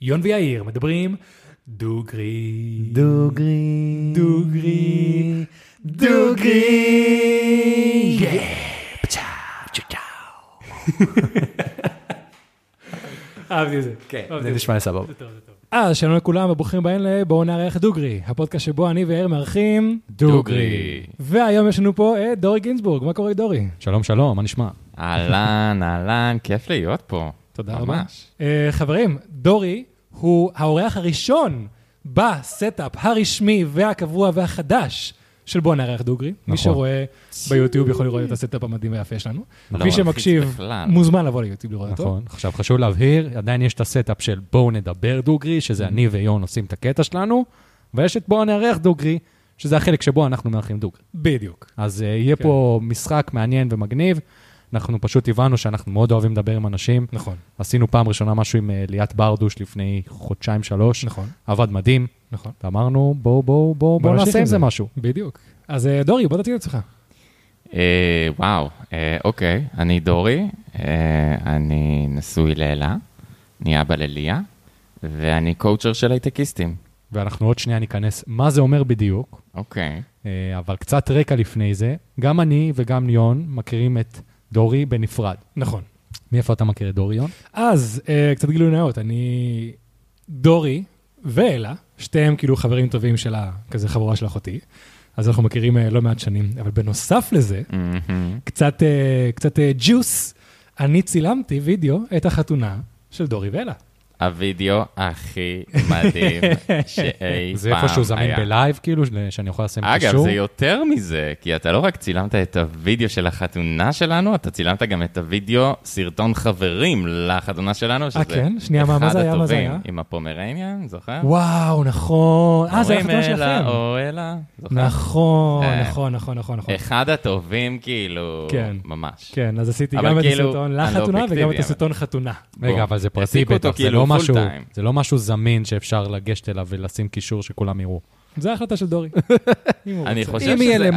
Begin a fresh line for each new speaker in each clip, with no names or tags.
יון ויאיר מדברים דוגרי.
דוגרי.
דוגרי.
דוגרי.
פצ'או, פצ'או. אהבתי את זה.
כן, זה נשמע לסבב.
שלום לכולם וברוכים הבאים לבואו נארח דוגרי, הפודקאסט שבו אני ויאיר מארחים
דוגרי.
והיום יש לנו פה את דורי גינזבורג. מה קורה דורי?
שלום, שלום, מה נשמע?
אהלן, כיף להיות פה.
תודה רבה.
ממש.
חברים, דורי הוא האורח הראשון בסטאפ הרשמי והקבוע והחדש של בואו נארח דוגרי. מי שרואה ביוטיוב יכול לראות את הסטאפ המדהים והיפה שלנו. מי שמקשיב מוזמן לבוא ליוטיוב לראות אותו.
נכון, עכשיו חשוב להבהיר, עדיין יש את הסטאפ של בואו נדבר דוגרי, שזה אני ויון עושים את הקטע שלנו, ויש את בואו נארח דוגרי, שזה החלק שבו אנחנו מארחים דוגרי.
בדיוק.
אז יהיה פה משחק מעניין ומגניב, אנחנו פשוט הבנו שאנחנו מאוד אוהבים לדבר עם אנשים.
נכון.
עשינו פעם ראשונה משהו עם ליאת ברדוש לפני חודשיים-שלוש.
נכון.
עבד מדהים.
נכון.
ואמרנו, בואו נעשה עם זה משהו.
בדיוק. אז דורי, בוא תציג את עצמך.
וואו, אוקיי, אני דורי, אני נשוי לאלה, אני אבא לליה, ואני קואוצ'ר של הייטקיסטים.
ואנחנו עוד שנייה ניכנס מה זה אומר בדיוק.
אוקיי.
אבל קצת רקע לפני זה, גם אני וגם יון מכירים את דורי בנפרד.
נכון.
מאיפה אתה מכיר את דורי, יון?
אז קצת גילוי נאות, אני דורי ואלה, שתיהם כאילו חברים טובים של כזה חבורה של אחותי, אז אנחנו מכירים לא מעט שנים, אבל בנוסף לזה, קצת ג'וס, אני צילמתי וידאו את החתונה של דורי ואלה.
הווידאו הכי מדהים שאי פעם היה.
זה איפה שהוא זמין בלייב, כאילו, שאני יכול לשים קישור?
אגב, זה יותר מזה, כי אתה לא רק צילמת את הווידאו של החתונה שלנו, אתה צילמת גם את הווידאו סרטון חברים לחתונה שלנו, שזה
כן? שנייה, מה זה היה? מה זה היה?
עם הפומרניאן, זוכר?
וואו, נכון. זה החתונה שלכם.
או אלה, זוכר?
נכון.
אחד הטובים, כאילו,
כן.
ממש.
כן, אז עשיתי גם את הסרטון לחתונה וגם את הסרטון חתונה.
רגע, אבל זה פרטי בטח, זה לא משהו זמין שאפשר לגשת אליו ולשים קישור שכולם יראו.
זה ההחלטה של דורי.
אני חושב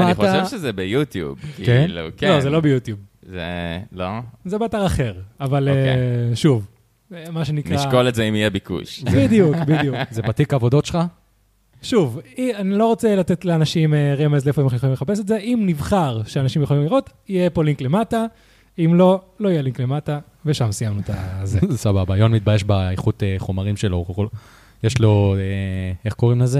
שזה ביוטיוב.
כן?
לא, זה לא ביוטיוב.
זה לא?
זה באתר אחר, אבל שוב, מה שנקרא...
נשקול את זה אם יהיה ביקוש.
בדיוק.
זה בתיק עבודות שלך?
שוב, אני לא רוצה לתת לאנשים רמז לאיפה הם יכולים לחפש את זה. אם נבחר שאנשים יכולים לראות, יהיה פה לינק למטה. אם לא, לא יהיה לינק למטה, ושם סיימנו את זה.
סבבה, יון מתבייש באיכות חומרים שלו. יש לו, איך קוראים לזה?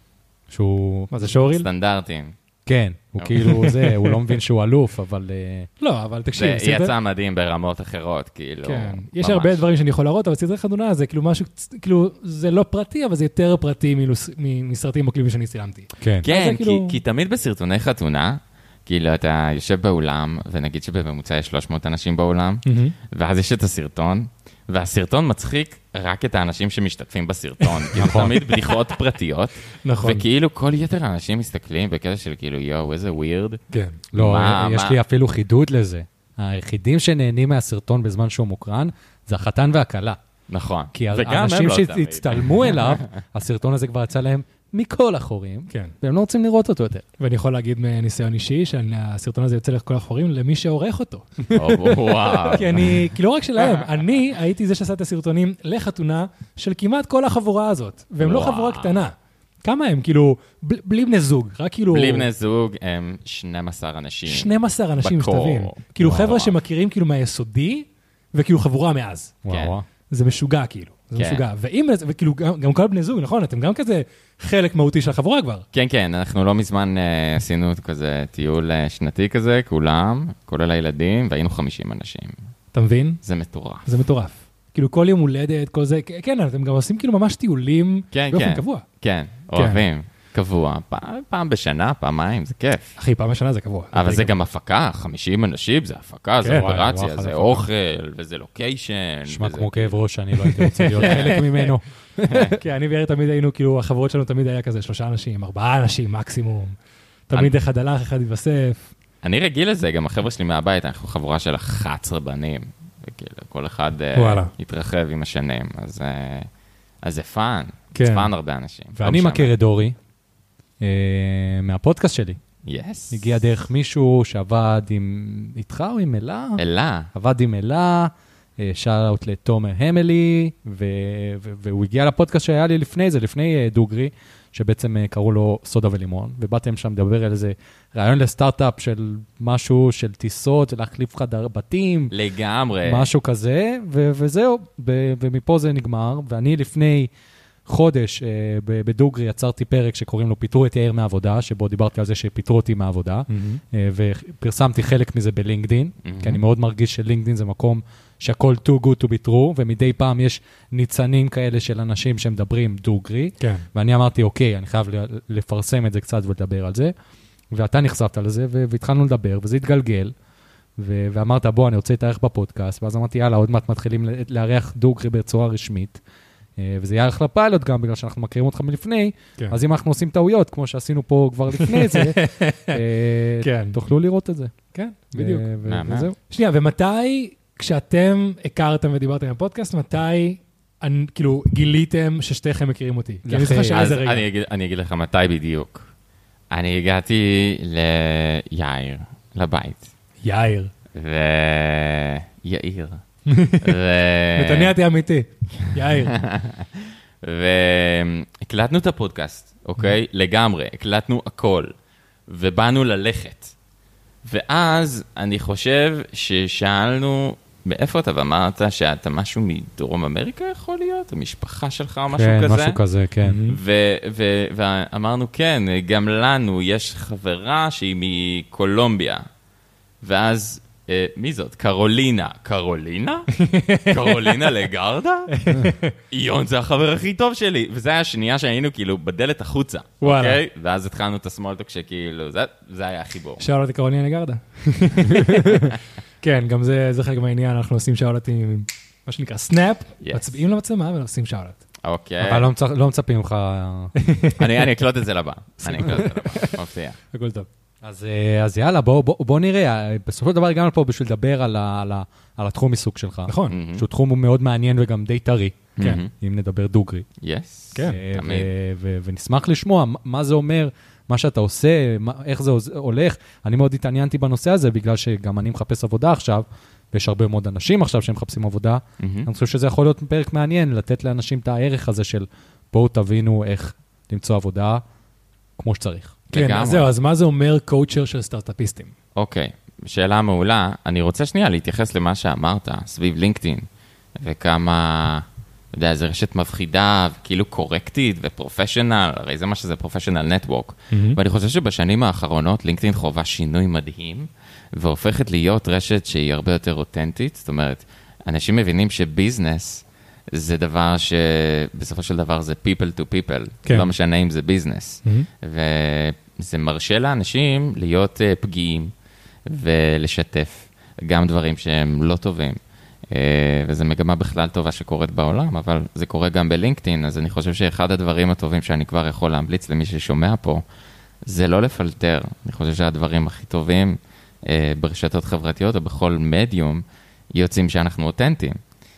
שהוא...
מה זה, שואוריל?
סטנדרטים.
כן, הוא כאילו זה, הוא לא מבין שהוא אלוף, אבל...
לא, אבל תקשיב.
זה יצא מדהים ברמות אחרות, כאילו...
כן, יש הרבה דברים שאני יכול להראות, אבל סרטי חתונה זה כאילו משהו, כאילו, זה לא פרטי, אבל זה יותר פרטי מסרטים או קליפים שאני צילמתי.
כן,
כי תמיד בסרטוני חתונה, כאילו אתה יושב באולם, ונגיד שבממוצע יש 300 אנשים באולם, ואז יש את הסרטון, והסרטון מצחיק רק את האנשים שמשתתפים בסרטון, כאילו תמיד בדיחות פרטיות, וכאילו כל יתר האנשים מסתכלים בקטע של כאילו, יואו, איזה ווירד.
כן, לא, יש לי אפילו חידוד לזה. היחידים שנהנים מהסרטון בזמן שהוא מוקרן, זה החתן והכלה.
נכון.
כי האנשים שהצטלמו אליו, הסרטון הזה כבר יצא להם מכל החורים, והם לא רוצים לראות אותו יותר.
ואני יכול להגיד מניסיון אישי, שהסרטון הזה יוצא לכל החורים למי שעורך אותו.
וואו.
כי לא רק שלהם, אני הייתי זה שעשה את הסרטונים לחתונה של כמעט כל החבורה הזאת, והם לא חבורה קטנה. כמה הם? כאילו, בלי בני זוג, רק כאילו...
בלי בני זוג הם 12 אנשים.
12 אנשים משתווים. כאילו חבר'ה שמכירים כאילו מהיסודי, וכאילו חבורה מאז. זה משוגע כאילו. זה משוגע. וכאילו גם כל בני זוג, נכון? אתם גם כזה חלק מהותי של החבורה כבר.
כן, אנחנו לא מזמן עשינו כזה טיול שנתי כזה, כולם, כולל הילדים, והיינו 50 אנשים.
אתה מבין?
זה מטורף.
זה מטורף. כאילו כל יום הולדת, כל זה, כן, אתם גם עושים כאילו ממש טיולים באופן קבוע.
כן, אוהבים. קבוע. פעם בשנה, פעמיים, זה כיף.
אחי, פעם בשנה זה קבוע.
אבל זה גם הפקה, 50 אנשים, זה הפקה, זה אופרציה, זה אוכל, וזה לוקיישן.
נשמע כמו כאב ראש, אני לא הייתי רוצה להיות חלק ממנו.
כן, אני ויאיר תמיד היינו, כאילו, החברות שלנו תמיד היה כזה 3 אנשים, 4 אנשים מקסימום. תמיד אחד הלך, אחד התווסף.
אני רגיל לזה, גם החבר'ה שלי מהבית, אנחנו חבורה של 11 בנים, וכאילו, כל אחד התרחב עם השנים, אז זה פאן, זה פאן הרבה אנשים.
ואני מכיר את דורי, מהפודקאסט שלי.
יס.
הגיע דרך מישהו שעבד איתך או עם אלה?
אלה.
עבד עם אלה, שאוט לתומר המלי, והוא הגיע לפודקאסט שהיה לי לפני זה, לפני דוגרי, שבעצם קראו לו סודה ולימון, ובאתם שם לדבר על איזה רעיון לסטארט-אפ של משהו, של טיסות, להחליף חדר בתים.
לגמרי.
משהו כזה, וזהו, ומפה זה נגמר, ואני לפני חודש בדוגרי יצרתי פרק שקוראים לו פיטרו את יאיר מהעבודה, שבו דיברתי על זה שפיטרו אותי מהעבודה, ופרסמתי חלק מזה בלינקדין, כי אני מאוד מרגיש שלינקדין זה מקום שהכל too good to be true, ומדי פעם יש ניצנים כאלה של אנשים שמדברים דוגרי, ואני אמרתי, אוקיי, אני חייב לפרסם את זה קצת ולדבר על זה, ואתה נחשפת לזה, והתחלנו לדבר, וזה התגלגל, ואמרת, בוא, אני רוצה להתארח בפודקאסט, ואז אמרתי, יאללה, עוד מעט מתחילים לארח דוגרי בצורה רשמית, וזה יהיה אחלה פיילוט גם, בגלל שאנחנו מכירים אותך מלפני, אז אם אנחנו עושים טעויות, כמו שעשינו פה כבר לפני זה, תוכלו לראות את זה.
כן, בדיוק.
וזהו.
שנייה, ומתי, כשאתם הכרתם ודיברתם על פודקאסט, מתי כאילו גיליתם ששתיכם מכירים אותי?
אני אגיד לך מתי בדיוק. אני הגעתי ליאיר, לבית.
יאיר.
ויאיר.
נתניהתי אמיתי, יאיר.
והקלטנו את הפודקאסט, אוקיי? לגמרי, הקלטנו הכל, ובאנו ללכת. ואז אני חושב ששאלנו, מאיפה אתה? ואמרת שאתה משהו מדרום אמריקה יכול להיות? המשפחה שלך או משהו כזה?
כן, משהו כזה, כן.
ואמרנו, כן, גם לנו יש חברה שהיא מקולומביה. ואז... מי זאת? קרולינה. קרולינה? קרולינה לגרדה? איון זה החבר הכי טוב שלי. וזה היה השנייה שהיינו כאילו בדלת החוצה. אוקיי? ואז התחלנו את הסמולטוק שכאילו, זה היה החיבור.
שאול אותי קרולינה לגרדה. כן, גם זה חלק מהעניין, אנחנו עושים שאולתים, מה שנקרא סנאפ, מצביעים למצלמה ועושים שאולת.
אוקיי.
אבל לא מצפים לך...
אני אקלוט את זה לבא. אני אקלוט את זה לבא. מופיע.
הכל טוב.
אז יאללה, בוא נראה. בסופו של דבר הגענו פה בשביל לדבר על התחום עיסוק שלך.
נכון.
שהוא תחום מאוד מעניין וגם די טרי. כן. אם נדבר דוגרי.
יס.
כן.
תמיד.
ונשמח לשמוע מה זה אומר, מה שאתה עושה, איך זה הולך. אני מאוד התעניינתי בנושא הזה, בגלל שגם אני מחפש עבודה עכשיו, ויש הרבה מאוד אנשים עכשיו שמחפשים עבודה. אני חושב שזה יכול להיות פרק מעניין, לתת לאנשים את הערך הזה של בואו תבינו איך למצוא עבודה כמו שצריך.
כן, אז זהו, אז מה זה אומר קואוצ'ר של סטארט-אפיסטים?
אוקיי, שאלה מעולה. אני רוצה שנייה להתייחס למה שאמרת, סביב לינקדאין, וכמה, אתה יודע, זו רשת מפחידה, כאילו קורקטית ופרופשיונל, הרי זה מה שזה פרופשיונל נטוורק. ואני חושב שבשנים האחרונות לינקדאין חובה שינוי מדהים, והופכת להיות רשת שהיא הרבה יותר אותנטית, זאת אומרת, אנשים מבינים שביזנס זה דבר שבסופו של דבר זה people to people, לא משנה אם זה ביזנס. וזה מרשה לאנשים להיות פגיעים ולשתף גם דברים שהם לא טובים. וזו מגמה בכלל טובה שקורית בעולם, אבל זה קורה גם בלינקדאין, אז אני חושב שאחד הדברים הטובים שאני כבר יכול להמליץ למי ששומע פה, זה לא לפלטר. אני חושב שהדברים הכי טובים ברשתות חברתיות או בכל מדיום יוצאים שאנחנו אותנטיים.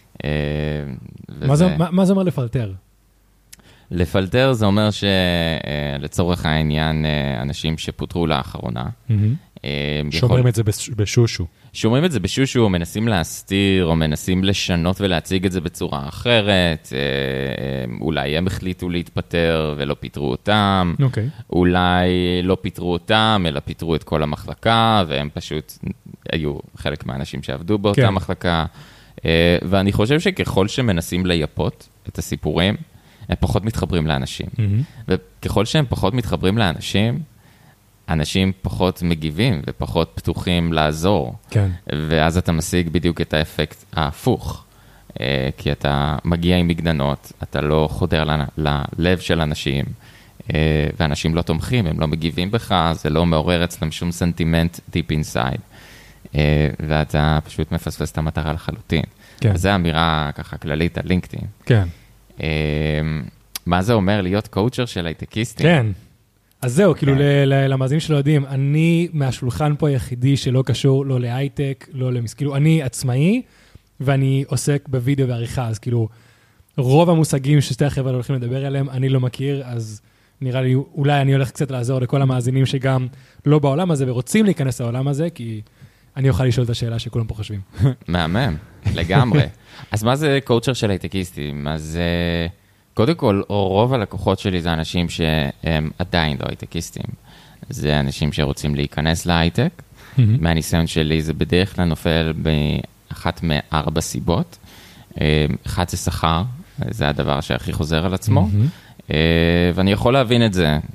מה זה אומר לפלטר?
לפלטר זה אומר שלצורך העניין אנשים שפוטרו לאחרונה.
שומרים את זה בשושו.
שומרים את זה בשושו, או מנסים להסתיר, או מנסים לשנות ולהציג את זה בצורה אחרת. אולי הם החליטו להתפטר ולא פיטרו אותם. אולי לא פיטרו אותם, אלא פיטרו את כל המחלקה, והם פשוט היו חלק מהאנשים שעבדו באותה מחלקה. ואני חושב שככל שמנסים לייפות את הסיפורים, הם פחות מתחברים לאנשים. וככל שהם פחות מתחברים לאנשים, אנשים פחות מגיבים ופחות פתוחים לעזור. כן. ואז אתה משיג בדיוק את האפקט ההפוך. כי אתה מגיע עם מגננות, אתה לא חודר ללב של אנשים, ואנשים לא תומכים, הם לא מגיבים בך, זה לא מעורר אצלם שום סנטימנט deep inside. ואתה פשוט מפספס את המטרה לחלוטין. כן. וזו אמירה ככה כללית על לינקדאין. כן. מה זה אומר להיות קואוצ'ר של הייטקיסטים?
כן. אז זהו, כאילו למאזינים שלא יודעים, אני מהשולחן פה היחידי שלא קשור לא להייטק, לא כאילו אני עצמאי, ואני עוסק בווידאו ועריכה, אז כאילו רוב המושגים ששתי החבר'ה הולכים לדבר עליהם, אני לא מכיר, אז נראה לי, אולי אני הולך קצת לעזור לכל המאזינים שגם לא בעולם הזה, ורוצים להיכנס לעולם הזה, כי אני אוכל לשאול את השאלה שכולם פה חושבים.
מהמם, לגמרי. אז מה זה קואוצ'ר של הייטקיסטים? אז קודם כל, רוב הלקוחות שלי זה אנשים שהם עדיין לא הייטקיסטים. זה אנשים שרוצים להיכנס להייטק. מהניסיון שלי זה בדרך כלל נופל באחת מארבע סיבות. אחד זה שכר, זה הדבר שהכי חוזר על עצמו. ואני יכול להבין את זה.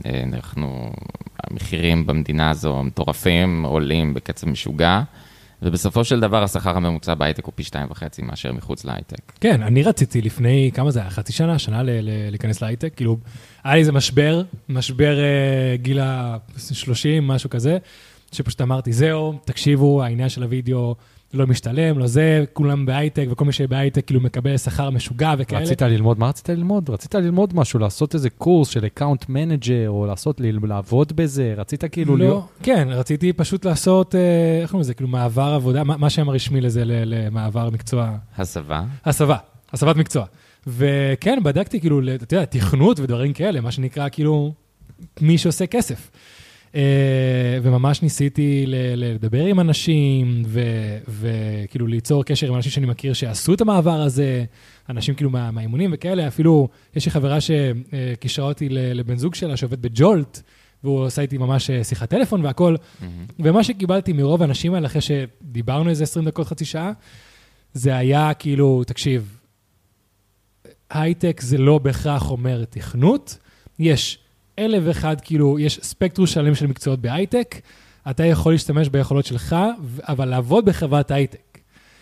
המחירים במדינה הזו מטורפים, עולים בקצב משוגע. ובסופו של דבר, השכר הממוצע בהייטק הוא פי 2.5 מאשר מחוץ להייטק.
כן, אני רציתי לפני, כמה זה היה? חצי שנה להיכנס להייטק. כאילו, היה לי איזה משבר גיל ה-30, משהו כזה, שפשוט אמרתי, זהו, תקשיבו, העניין של הוידאו לא משתלם, לא זה, כולם בהייטק, וכל מי שבהייטק כאילו מקבל שכר משוגע וכאלה.
רצית ללמוד, מה רצית ללמוד? רצית ללמוד משהו, לעשות איזה קורס של אקאונט מנג'ר, או לעבוד בזה, רצית כאילו
לא, כן, רציתי פשוט לעשות, איך קוראים לזה, כאילו מעבר עבודה, מה שם הרשמי לזה, למעבר מקצוע? הסבת מקצוע. וכן, בדקתי כאילו, אתה יודע, תכנות ודברים כאלה, מה שנקרא כאילו, מי שעושה כסף. וממש ניסיתי לדבר עם אנשים, וכאילו ליצור קשר עם אנשים שאני מכיר שעשו את המעבר הזה, אנשים כאילו מהאימונים וכאלה, אפילו יש לי חברה שקישרה אותי לבן זוג שלה שעובד בג'ולט, והוא עושה איתי ממש שיחת טלפון והכל, ומה שקיבלתי מרוב האנשים האלה, אחרי שדיברנו איזה 20 דקות, חצי שעה, זה היה כאילו, תקשיב, הייטק זה לא בהכרח אומר תכנות, יש 1,001, כאילו, יש ספקטרום שלם של מקצועות בהייטק, אתה יכול להשתמש ביכולות שלך, אבל לעבוד בחברת הייטק.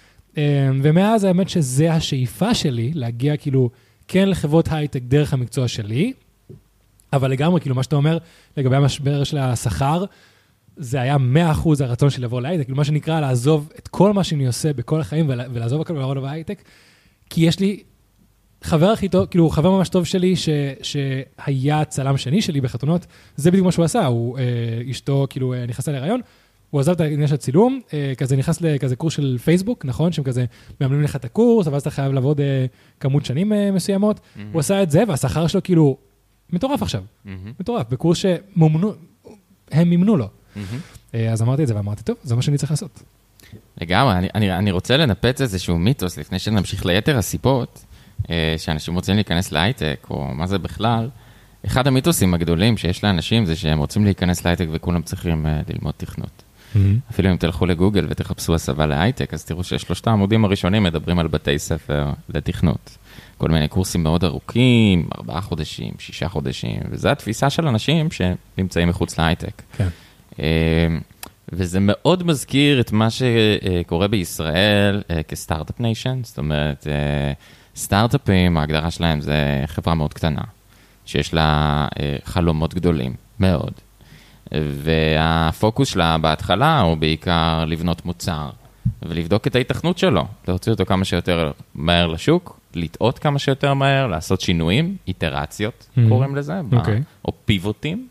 ומאז האמת שזה השאיפה שלי, להגיע כאילו, כן לחברות הייטק דרך המקצוע שלי, אבל לגמרי, כאילו, מה שאתה אומר, לגבי המשבר של השכר, זה היה 100% הרצון שלי לבוא להייטק, כאילו, מה שנקרא לעזוב את כל מה שאני עושה בכל החיים, ולעזוב הכל ולעבוד בהייטק, כי יש לי חבר הכי טוב, כאילו, חבר ממש טוב שלי, שהיה צלם שני שלי בחתונות, זה בדיוק מה שהוא עשה, הוא, אשתו, כאילו, נכנסה להיריון, הוא עזב את העניין של הצילום, כזה נכנס לכזה קורס של פייסבוק, נכון? שהם כזה מאמנים לך את הקורס, אבל אז אתה חייב לעבוד כמות שנים מסוימות, הוא עשה את זה, והשכר שלו כאילו, מטורף עכשיו, מטורף, בקורס שמומנו, הם מימנו לו. אז אמרתי את זה, ואמרתי, טוב, זה מה שאני צריך לעשות.
לגמרי, אני רוצה לנפץ איזשהו מיתוס, לפני שנמשיך ליתר הסיבות, שאנשים רוצים להיכנס להייטק, או מה זה בכלל, אחד המיתוסים הגדולים שיש לאנשים זה שהם רוצים להיכנס להייטק וכולם צריכים ללמוד תכנות. אפילו אם תלכו לגוגל ותחפשו הסבה להייטק, אז תראו ששלושת העמודים הראשונים מדברים על בתי ספר לתכנות. כל מיני קורסים מאוד ארוכים, 4 חודשים, 6 חודשים, וזו התפיסה של אנשים שנמצאים מחוץ להייטק.
כן.
וזה מאוד מזכיר את מה שקורה בישראל כסטארט-אפ ניישן, זאת אומרת, סטארט-אפים, ההגדרה שלהם זה חברה מאוד קטנה, שיש לה חלומות גדולים, מאוד. והפוקוס שלה בהתחלה הוא בעיקר לבנות מוצר, ולבדוק את ההיתכנות שלו, להוציא אותו כמה שיותר מהר לשוק, לטעות כמה שיותר מהר, לעשות שינויים, איטרציות, קוראים לזה, או פיבוטים.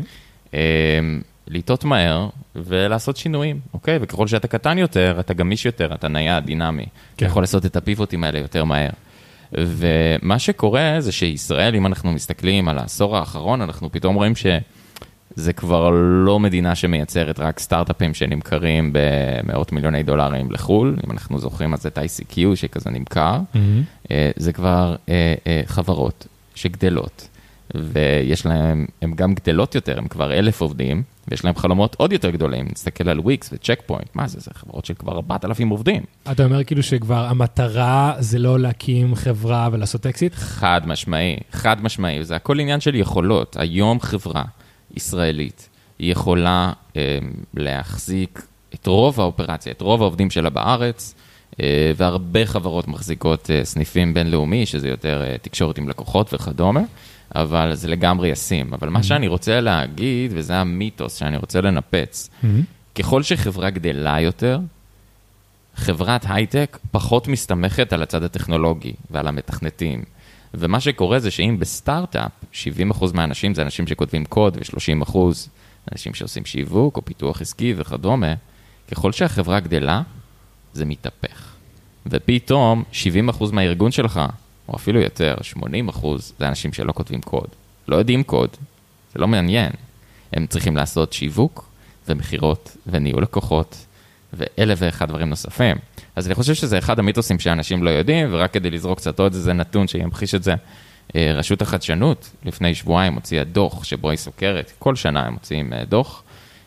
לטעות מהר ולעשות שינויים, אוקיי? וככל שאתה קטן יותר, אתה גמיש יותר, אתה נייד, דינמי. אתה יכול לעשות את הפיבוטים האלה יותר מהר. ומה שקורה זה שישראל, אם אנחנו מסתכלים על העשור האחרון, אנחנו פתאום רואים שזה כבר לא מדינה שמייצרת רק סטארט-אפים שנמכרים במאות מיליוני דולרים לחול, אם אנחנו זוכרים אז את ICQ שכזה נמכר, זה כבר חברות שגדלות, ויש להם, הם גם גדלות יותר, הם כבר 1,000 עובדים, ויש להם חלומות עוד יותר גדולים, נסתכל על וויקס וצ'ק פוינט, מה זה? זה חברות של כבר 4,000 עובדים.
אתה אומר כאילו שכבר המטרה זה לא להקים חברה ולעשות אקסיט?
חד משמעי, חד משמעי, זה הכל עניין של יכולות. היום חברה ישראלית היא יכולה להחזיק את רוב האופרציה, את רוב העובדים שלה בארץ, והרבה חברות מחזיקות סניפים בינלאומי, שזה יותר תקשורת עם לקוחות וכדומה, אבל זה לגמרי ישים. אבל מה שאני רוצה להגיד, וזה המיתוס שאני רוצה לנפץ, ככל שחברה גדלה יותר, חברת הייטק פחות מסתמכת על הצד הטכנולוגי ועל המתכנתים. ומה שקורה זה שאם בסטארט-אפ, 70% מהאנשים זה אנשים שכותבים קוד, ו30% אנשים שעושים שיווק או פיתוח עסקי וכדומה, ככל שהחברה גדלה, זה מתהפך. ופתאום 70% מהארגון שלך, או אפילו יותר, 80%, זה אנשים שלא כותבים קוד. לא יודעים קוד, זה לא מעניין. הם צריכים לעשות שיווק ומחירות וניהול לקוחות ואלף ואחד דברים נוספים. אז אני חושב שזה אחד המיתוסים שאנשים לא יודעים, ורק כדי לזרוק קצת עוד איזה נתון שימחיש את זה, רשות החדשנות לפני שבועיים הוציאה דוח שבו היא סוקרת, כל שנה הם מוציאים דוח,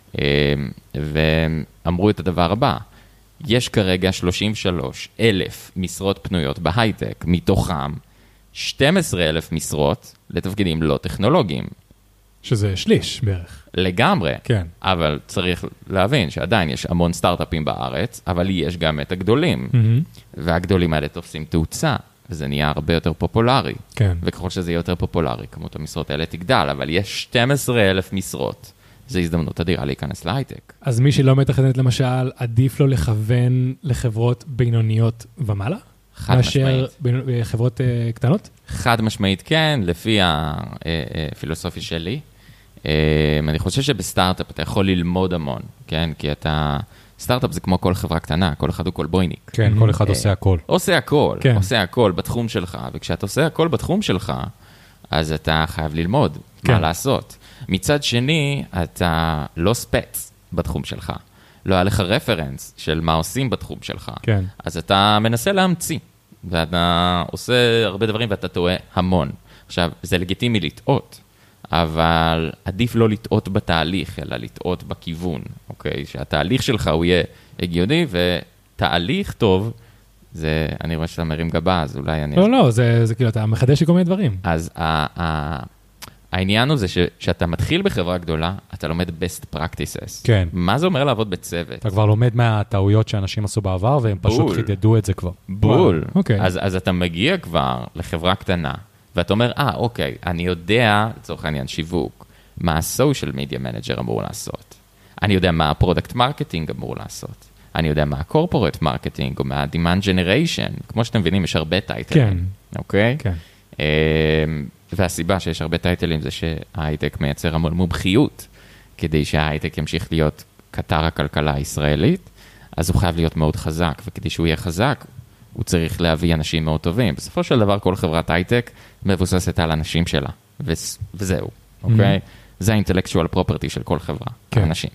ואמרו את הדבר הבא, יש כרגע 33,000 משרות פנויות בהייטק, מתוכם 12,000 משרות לתפקידים לא טכנולוגיים.
שזה שליש בערך.
לגמרי.
כן.
אבל צריך להבין שעדיין יש המון סטארט-אפים בארץ, אבל יש גם את הגדולים. והגדולים האלה תופסים תאוצה, וזה נהיה הרבה יותר פופולרי.
כן.
וככל שזה יהיה יותר פופולרי, כמות המשרות האלה תגדל, אבל יש 12,000 משרות. זו הזדמנות אדירה להיכנס להייטק.
אז מי שלא מתכנת למשל, עדיף לו לכוון לחברות בינוניות ומעלה?
חד משמעית.
מאשר חברות קטנות?
חד משמעית כן, לפי הפילוסופיה שלי. אני חושב שבסטארט-אפ אתה יכול ללמוד המון, כן? כי סטארט-אפ זה כמו כל חברה קטנה, כל אחד הוא קולבויניק.
כן, כל אחד עושה הכל.
עושה הכל,
כן.
עושה הכל בתחום שלך, וכשאתה עושה הכל בתחום שלך, אז אתה חייב ללמוד
כן.
מה לעשות. מצד שני, אתה לא ספץ בתחום שלך. לא היה לך רפרנס של מה עושים בתחום שלך.
כן.
אז אתה מנסה להמציא, ואתה עושה הרבה דברים ואתה טועה המון. עכשיו, זה לגיטימי לטעות, אבל עדיף לא לטעות בתהליך, אלא לטעות בכיוון, אוקיי? שהתהליך שלך הוא יהיה הגיוני, ותהליך טוב, זה, אני רואה שאתה מרים גבה, אז אולי אני...
לא, זה כאילו, אתה מחדש לי כל מיני דברים.
אז העניין הוא זה שאתה מתחיל בחברה גדולה, אתה לומד best practices.
כן.
מה זה אומר לעבוד בצוות?
אתה כבר לומד מהטעויות שאנשים עשו בעבר, והם פשוט חידדו את זה כבר.
בול.
אוקיי.
אז אתה מגיע כבר לחברה קטנה, ואתה אומר, אוקיי, אני יודע, לצורך העניין שיווק, מה הסושיאל מדיה מנג'ר אמור לעשות. אני יודע מה הפרודקט מרקטינג אמור לעשות. אני יודע מה הקורפורט מרקטינג, או מה ה-demand generation. כמו שאתם מבינים, יש הרבה טייטלים.
כן.
אוקיי?
כן.
והסיבה שיש הרבה טייטלים זה שההייטק מייצר המון מומחיות, כדי שההייטק ימשיך להיות קטר הכלכלה הישראלית, אז הוא חייב להיות מאוד חזק, וכדי שהוא יהיה חזק, הוא צריך להביא אנשים מאוד טובים. בסופו של דבר, כל חברת הייטק מבוססת על אנשים שלה, וזהו, אוקיי? זה האינטלקטואל פרופרטי של כל חברה, האנשים.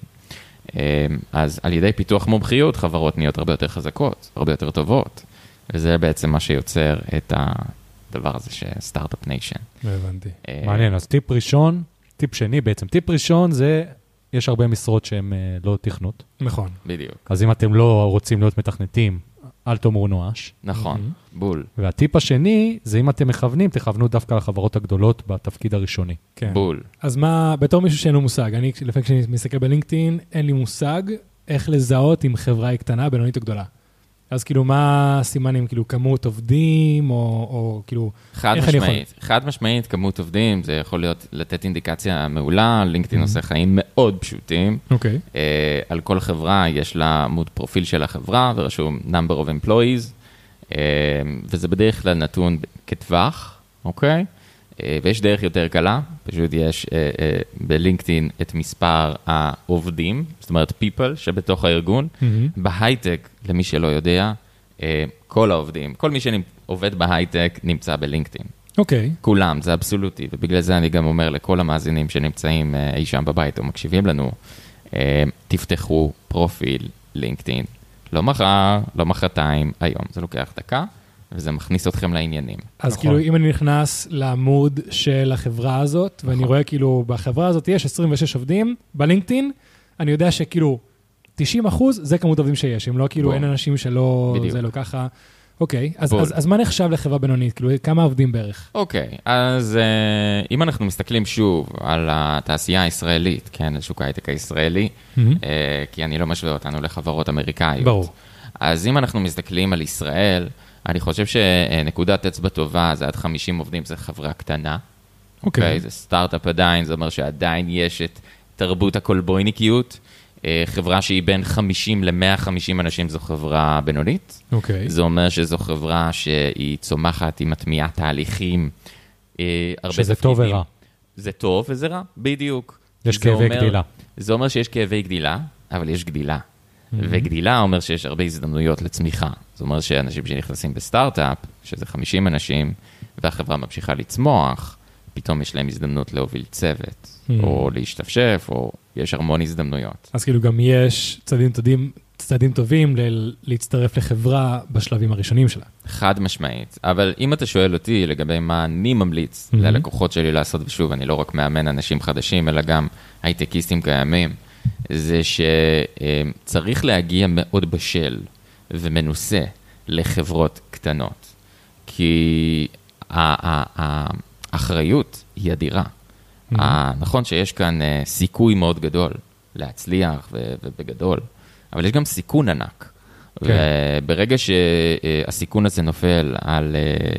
אז על ידי פיתוח מומחיות, חברות נהיות הרבה יותר חזקות, הרבה יותר טובות, וזה בעצם מה שיוצר את הדבר הזה שסטארט-אפ ניישן.
לא הבנתי.
מעניין, אז טיפ ראשון, טיפ שני בעצם, טיפ ראשון זה, יש הרבה משרות שהן לא תכנות.
נכון.
בדיוק.
אז אם אתם לא רוצים להיות מתכנתים, אל תאמרו נואש.
נכון, בול.
והטיפ השני, זה אם אתם מכוונים, תכוונו דווקא לחברות הגדולות בתפקיד הראשוני.
כן.
בול.
אז מה, בתור מישהו שאין לו מושג, לפעמים כשאני מסתכל בלינקדאין, אין לי מושג איך לזהות אם חברה היא קטנה, בינונית או גדולה. אז כאילו, מה הסימנים, כאילו, כמות עובדים, או כאילו, איך אני יכול?
חד משמעית, כמות עובדים, זה יכול להיות לתת אינדיקציה מעולה, לינקדאין עושה חיים מאוד פשוטים.
אוקיי.
על כל חברה יש לה עמוד פרופיל של החברה, ורשום number of employees, וזה בדרך כלל נתון כטווח, אוקיי? ויש דרך יותר קלה, פשוט יש בלינקדאין את מספר העובדים, זאת אומרת people שבתוך הארגון. בהייטק, למי שלא יודע, כל העובדים, כל מי שעובד בהייטק נמצא בלינקדאין.
אוקיי.
כולם, זה אבסולוטי, ובגלל זה אני גם אומר לכל המאזינים שנמצאים אי שם בבית או מקשיבים לנו, תפתחו פרופיל לינקדאין. לא מחר, לא מחרתיים, היום. זה לוקח דקה. וזה מכניס אתכם לעניינים.
אז כאילו, אם אני נכנס לעמוד של החברה הזאת, ואני רואה כאילו, בחברה הזאת יש 26 עובדים, בלינקדאין, אני יודע שכאילו, 90% זה כמות עובדים שיש, אם לא כאילו, אין אנשים שלא, זה לא ככה. אוקיי, אז מה נחשב לחברה בינונית? כאילו, כמה עובדים בערך?
אוקיי, אז אם אנחנו מסתכלים שוב על התעשייה הישראלית, כן, לשוק ההייטק הישראלי, כי אני לא משווה אותנו לחברות אמריקאיות.
ברור.
אז אם אנחנו מסתכלים על ישראל, אני חושב שנקודת אצבע טובה, זה עד 50 עובדים, זה חברה קטנה. אוקיי. זה סטארט-אפ עדיין, זה אומר שעדיין יש את תרבות הקולבויניקיות. חברה שהיא בין 50 ל-150 אנשים, זו חברה בינונית.
אוקיי.
זה אומר שזו חברה שהיא צומחת, היא מטמיעה תהליכים.
שזה טוב ורע.
זה טוב וזה רע, בדיוק.
יש כאבי גדילה.
זה אומר שיש כאבי גדילה, אבל יש גדילה. וגדילה אומר שיש הרבה הזדמנויות לצמיחה. זאת אומרת שאנשים שנכנסים בסטארט-אפ, שזה 50 אנשים, והחברה ממשיכה לצמוח, פתאום יש להם הזדמנות להוביל צוות, או להשתפשף, או יש המון הזדמנויות.
אז כאילו גם יש צעדים צעדים טובים להצטרף לחברה בשלבים הראשונים שלה.
חד משמעית, אבל אם אתה שואל אותי לגבי מה אני ממליץ ללקוחות שלי לעשות, ושוב, אני לא רק מאמן אנשים חדשים, אלא גם הייטקיסטים קיימים, זה שצריך להגיע מאוד בשל ומנוסה לחברות קטנות, כי האחריות היא אדירה. נכון שיש כאן סיכוי מאוד גדול להצליח ובגדול, אבל יש גם סיכון ענק. וברגע שהסיכון הזה נופל על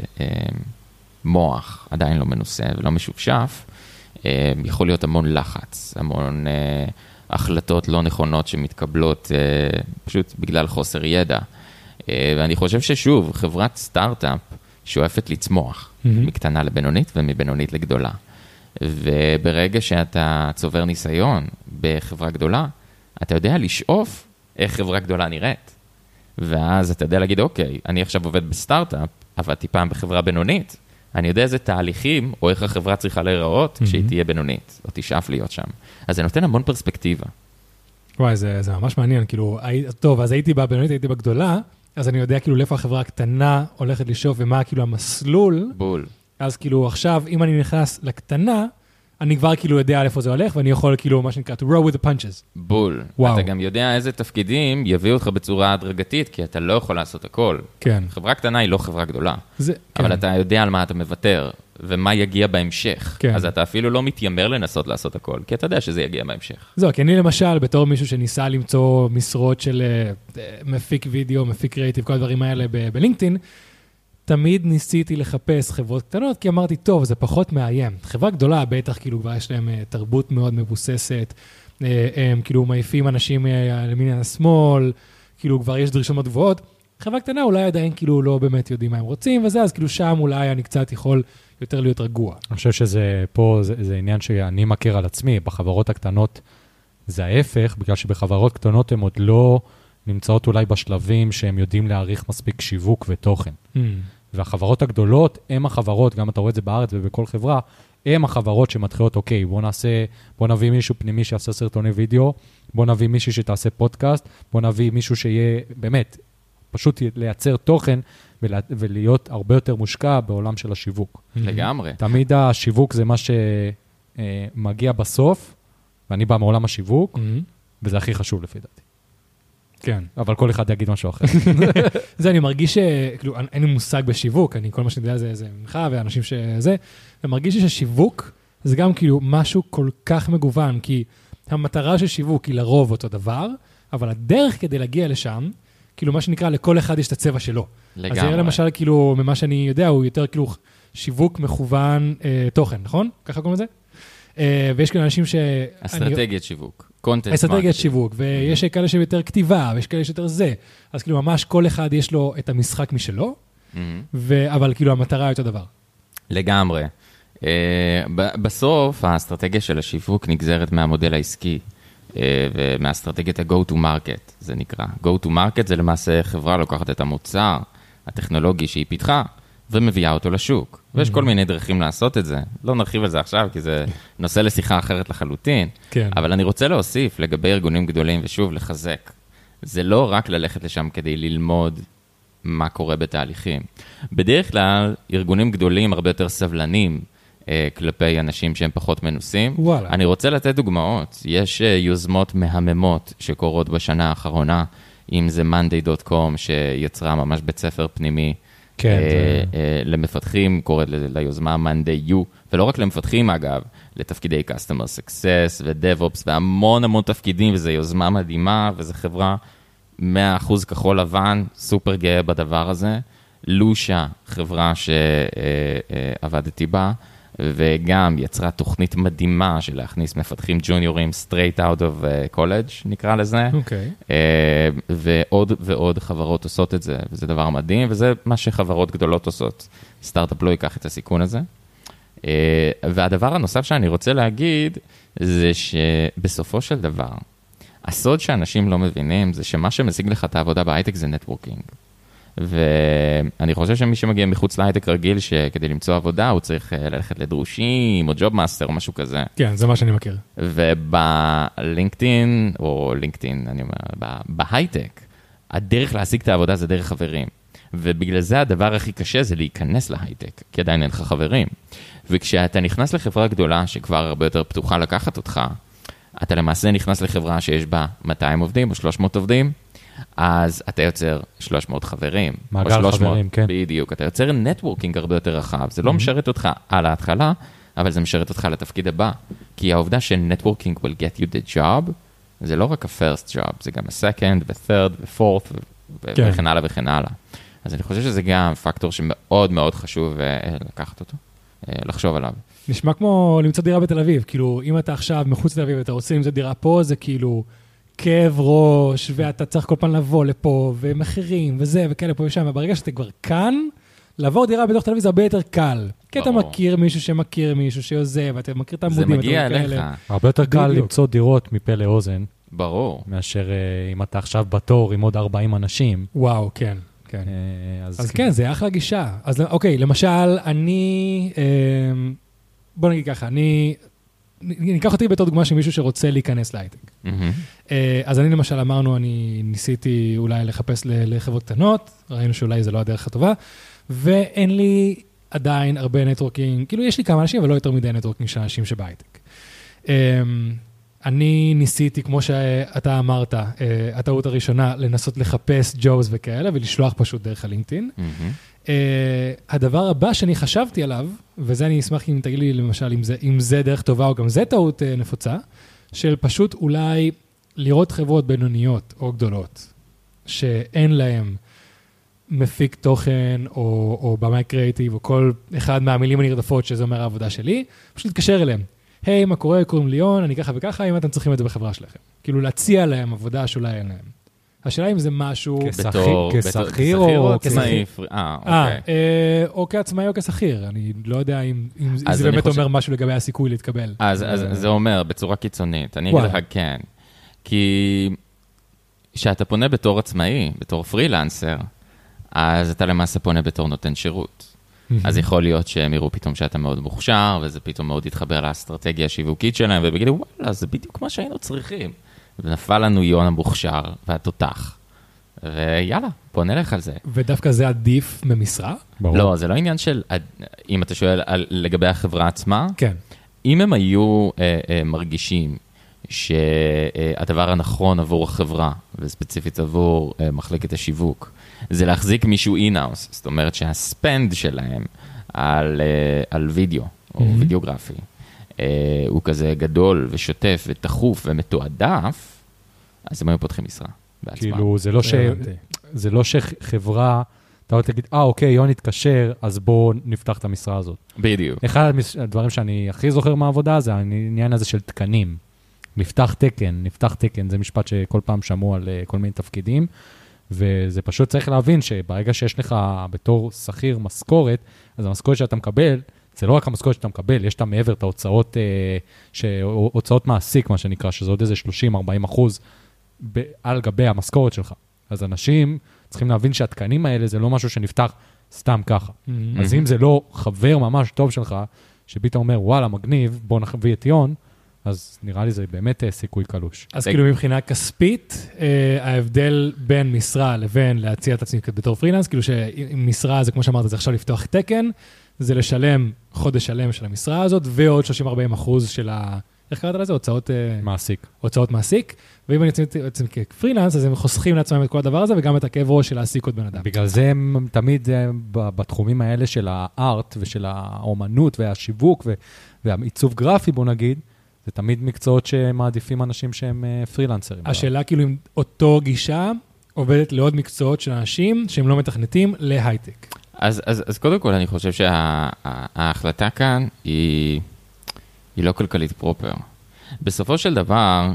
מוח עדיין לא מנוסה ולא משופשף, יכול להיות המון לחץ, המון החלטות לא נכונות שמתקבלות פשוט בגלל חוסר ידע. ואני חושב ששוב, חברת סטארט-אפ שואפת לצמוח מקטנה לבינונית ומבינונית לגדולה. וברגע שאתה צובר ניסיון בחברה גדולה, אתה יודע לשאוף איך חברה גדולה נראית. ואז אתה יודע להגיד, אוקיי, אני עכשיו עובד בסטארט-אפ, עבדתי פעם בחברה בינונית, אני יודע איזה תהליכים או איך החברה צריכה להיראות כשהיא תהיה בינונית, או תשאף להיות שם. אז זה נותן המון פרספקטיבה.
וואי, זה ממש מעניין, כאילו, טוב, אז הייתי בבינונית, הייתי בגדולה, אז אני יודע כאילו לאיפה החברה הקטנה הולכת לשאוף, ומה כאילו המסלול.
בול.
אז כאילו עכשיו, אם אני נכנס לקטנה, אני כבר כאילו יודע איפה זה הולך, ואני יכול כאילו, מה שנקרא, to roll with the punches.
בול.
וואו.
אתה גם יודע איזה תפקידים יביאו אותך בצורה הדרגתית, כי אתה לא יכול לעשות הכל.
כן.
חברה קטנה היא לא חברה גדולה.
זה,
אבל
כן.
אתה יודע על מה אתה מוותר, ומה יגיע בהמשך.
כן.
אז אתה אפילו לא מתיימר לנסות לעשות הכל, כי אתה יודע שזה יגיע בהמשך.
זהו, כי אני למשל, בתור מישהו שניסה למצוא משרות של מפיק וידאו, מפיק קריאיטיב, כל הדברים האלה בלינקדאין, תמיד ניסיתי לחפש חברות קטנות, כי אמרתי, טוב, זה פחות מאיים. חברה גדולה, בטח, כאילו, כבר יש להם תרבות מאוד מבוססת, הם כאילו מעיפים אנשים למין השמאל, כאילו, כבר יש דרישות מאוד גבוהות. חברה קטנה אולי עדיין כאילו לא באמת יודעים מה הם רוצים, וזה, אז כאילו שם אולי אני קצת יכול יותר להיות רגוע.
אני חושב שזה פה, זה עניין שאני מכיר על עצמי. בחברות הקטנות זה ההפך, בגלל שבחברות קטנות הן עוד לא נמצאות אולי בשלבים שהם יודעים להעריך מספיק שיווק ותוכן. והחברות הגדולות הן החברות, גם אתה רואה את זה בארץ ובכל חברה, הן החברות שמתחילות, אוקיי, בוא נביא מישהו פנימי שיעשה סרטוני וידאו, בוא נביא מישהו שתעשה פודקאסט, בוא נביא מישהו שיהיה, באמת, פשוט לייצר תוכן ולהיות הרבה יותר מושקע בעולם של השיווק.
לגמרי.
תמיד השיווק זה מה שמגיע בסוף, ואני בא מעולם השיווק, וזה הכי חשוב לפי דעתי.
כן.
אבל כל אחד יגיד משהו אחר.
זה, אני מרגיש כאילו, אין לי מושג בשיווק, כל מה שאני יודע זה ממך ואנשים שזה, ומרגיש ששיווק זה גם כאילו משהו כל כך מגוון, כי המטרה של שיווק היא לרוב אותו דבר, אבל הדרך כדי להגיע לשם, כאילו מה שנקרא, לכל אחד יש את הצבע שלו.
לגמרי.
אז זה למשל, כאילו, ממה שאני יודע, הוא יותר כאילו שיווק מכוון תוכן, נכון? ככה קוראים לזה? ויש כאלה אנשים
אסטרטגיית שיווק.
אסטרטגיית שיווק, ויש כאלה שיותר כתיבה, ויש כאלה שיותר זה. אז כאילו ממש כל אחד יש לו את המשחק משלו, אבל כאילו המטרה היא אותו דבר.
לגמרי. בסוף, האסטרטגיה של השיווק נגזרת מהמודל העסקי, ומהאסטרטגיית ה-go to market, זה נקרא. go to market זה למעשה חברה לוקחת את המוצר הטכנולוגי שהיא פיתחה, ומביאה אותו לשוק. ויש כל מיני דרכים לעשות את זה. לא נרחיב על זה עכשיו, כי זה נושא לשיחה אחרת לחלוטין.
כן.
אבל אני רוצה להוסיף לגבי ארגונים גדולים, ושוב, לחזק. זה לא רק ללכת לשם כדי ללמוד מה קורה בתהליכים. בדרך כלל, ארגונים גדולים הרבה יותר סבלנים כלפי אנשים שהם פחות מנוסים.
וואלה.
אני רוצה לתת דוגמאות. יש יוזמות מהממות שקורות בשנה האחרונה, אם זה monday.com שיצרה ממש בית ספר פנימי,
כן,
למפתחים, קוראת ליוזמה Monday U, ולא רק למפתחים אגב, לתפקידי Customer Success ו-DevOps והמון המון תפקידים, וזו יוזמה מדהימה, וזו חברה 100% כחול לבן, סופר גאה בדבר הזה. לושה, חברה שעבדתי בה, וגם יצרה תוכנית מדהימה של להכניס מפתחים ג'וניורים straight out of college, נקרא לזה.
אוקיי.
ועוד ועוד חברות עושות את זה, וזה דבר מדהים, וזה מה שחברות גדולות עושות. סטארט-אפ לא ייקח את הסיכון הזה. והדבר הנוסף שאני רוצה להגיד, זה שבסופו של דבר, הסוד שאנשים לא מבינים, זה שמה שמשיג לך את העבודה בהייטק זה נטוורקינג. ואני חושב שמי שמגיע מחוץ להייטק רגיל, שכדי למצוא עבודה, הוא צריך ללכת לדרושים, או ג'וב מאסטר, או משהו כזה.
כן, זה מה שאני מכיר.
ובלינקדאין, או לינקדאין, אני אומר, בהייטק, הדרך להשיג את העבודה זה דרך חברים. ובגלל זה הדבר הכי קשה זה להיכנס להייטק, כי עדיין אין לך חברים. וכשאתה נכנס לחברה גדולה, שכבר הרבה יותר פתוחה לקחת אותך, אתה למעשה נכנס לחברה שיש בה 200 עובדים או 300 עובדים, אז אתה יוצר 300 חברים.
מעגל חברים, כן.
בדיוק, אתה יוצר נטוורקינג הרבה יותר רחב. זה לא משרת אותך על ההתחלה, אבל זה משרת אותך לתפקיד הבא. כי העובדה שנטוורקינג will get you the job, זה לא רק ה-first job, זה גם ה-second, ו-third, ו-fourth, וכן הלאה וכן הלאה. אז אני חושב שזה גם פקטור שמאוד מאוד חשוב לקחת אותו, לחשוב עליו.
נשמע כמו למצוא דירה בתל אביב, כאילו אם אתה עכשיו מחוץ לתל אביב ואתה רוצה למצוא דירה פה, זה כאילו כאב ראש, ואתה צריך כל פעם לבוא לפה, ומחירים, וזה, וכאלה פה ושם, וברגע שאתה כבר כאן, לעבור דירה בתוך תל אביב זה הרבה יותר קל. כי אתה מכיר מישהו שמכיר מישהו שעוזב, ואתה מכיר את העמודים.
זה מגיע אליך.
הרבה יותר קל למצוא דירות מפה לאוזן.
ברור.
מאשר אם אתה עכשיו בתור עם עוד 40 אנשים.
וואו, כן. כן. אז כן, זה אחלה גישה. אז אוקיי, למשל, בוא נגיד ככה, ניקח אותי בתור דוגמה של מישהו שרוצה להיכנס להייטק. אז אני למשל אמרנו, אני ניסיתי אולי לחפש לחברות קטנות, ראינו שאולי זה לא הדרך הטובה, ואין לי עדיין הרבה נטוורקינג, כאילו יש לי כמה אנשים, אבל לא יותר מדי נטוורקינג של אנשים שבהייטק. אני ניסיתי, כמו שאתה אמרת, הטעות הראשונה, לנסות לחפש ג'ובס וכאלה, ולשלוח פשוט דרך הלינקדאין. הדבר הבא שאני חשבתי עליו, וזה אני אשמח אם תגיד לי למשל, אם זה דרך טובה או גם זה טעות נפוצה, של פשוט אולי לראות חברות בינוניות או גדולות, שאין להם מפיק תוכן או במאי קריאיטיב, או כל אחד מהמילים הנרדפות שזה אומר העבודה שלי, פשוט להתקשר אליהם. היי, מה קורה? קוראים ליאון, אני ככה וככה, אם אתם צריכים את זה בחברה שלכם. כאילו להציע להם עבודה שאולי אין להם. השאלה אם זה משהו...
כשכיר או
כעצמאי?
או כעצמאי או כשכיר. אני לא יודע אם זה באמת אומר משהו לגבי הסיכוי להתקבל.
אז זה אומר בצורה קיצונית. אני אגיד לך כן. כי כשאתה פונה בתור עצמאי, בתור פרילנסר, אז אתה למעשה פונה בתור נותן שירות. אז יכול להיות שהם יראו פתאום שאתה מאוד מוכשר, וזה פתאום מאוד יתחבר לאסטרטגיה השיווקית שלהם, ובגידו, וואלה, זה בדיוק מה שהיינו צריכים. ונפל לנו יון המוכשר והתותח. ויאללה, בוא נלך על זה.
ודווקא זה עדיף ממשרה?
לא, זה לא עניין של, אם אתה שואל לגבי החברה עצמה,
כן.
אם הם היו מרגישים שהדבר הנכון עבור החברה, וספציפית עבור מחלקת השיווק, זה להחזיק מישהו אין-האוס, זאת אומרת שהספנד שלהם על וידאו, או וידאוגרפי, הוא כזה גדול ושוטף ותחוף ומתועדף, אז הם היו פותחים משרה בעצמם.
כאילו, זה לא שחברה, אתה רוצה להגיד, אוקיי, יון התקשר, אז בואו נפתח את המשרה הזאת.
בדיוק.
אחד הדברים שאני הכי זוכר מהעבודה, זה העניין הזה של תקנים. נפתח תקן, זה משפט שכל פעם שמעו על כל מיני תפקידים, וזה פשוט צריך להבין שברגע שיש לך בתור שכיר משכורת, אז המשכורת שאתה מקבל, זה לא רק המשכורת שאתה מקבל, יש אתה מעבר את ההוצאות, הוצאות מעסיק, מה שנקרא, שזה עוד איזה 30-40% על גבי המשכורת שלך. אז אנשים צריכים להבין שהתקנים האלה זה לא משהו שנפתח סתם ככה. אז אם זה לא חבר ממש טוב שלך, שפתאום אומר, וואלה, מגניב, בוא נחביא את יון, אז נראה לי זה באמת סיכוי קלוש.
אז כאילו מבחינה כספית, ההבדל בין משרה לבין להציע את עצמי בתור פרילנס, כאילו שמשרה זה כמו שאמרת, זה עכשיו לפתוח תקן, זה לשלם חודש שלם של המשרה הזאת, ועוד 30-40% של איך קראת לזה? הוצאות מעסיק. ואם אני יוצא כפרילנס, אז הם חוסכים לעצמם את כל הדבר הזה, וגם את הכאב ראש של להעסיק עוד בן אדם.
בגלל זה הם תמיד בתחומים האלה של הארט, ושל האומנות, והשיווק, והעיצוב גרפי, בוא נגיד, זה תמיד מקצועות שמעדיפים אנשים שהם פרילנסרים.
השאלה כאילו אם אותו גישה עובדת לעוד מקצועות של אנשים שהם לא מתכנתים להייטק.
אז קודם כל אני חושב שההחלטה כאן היא לא כלכלית פרופר. בסופו של דבר,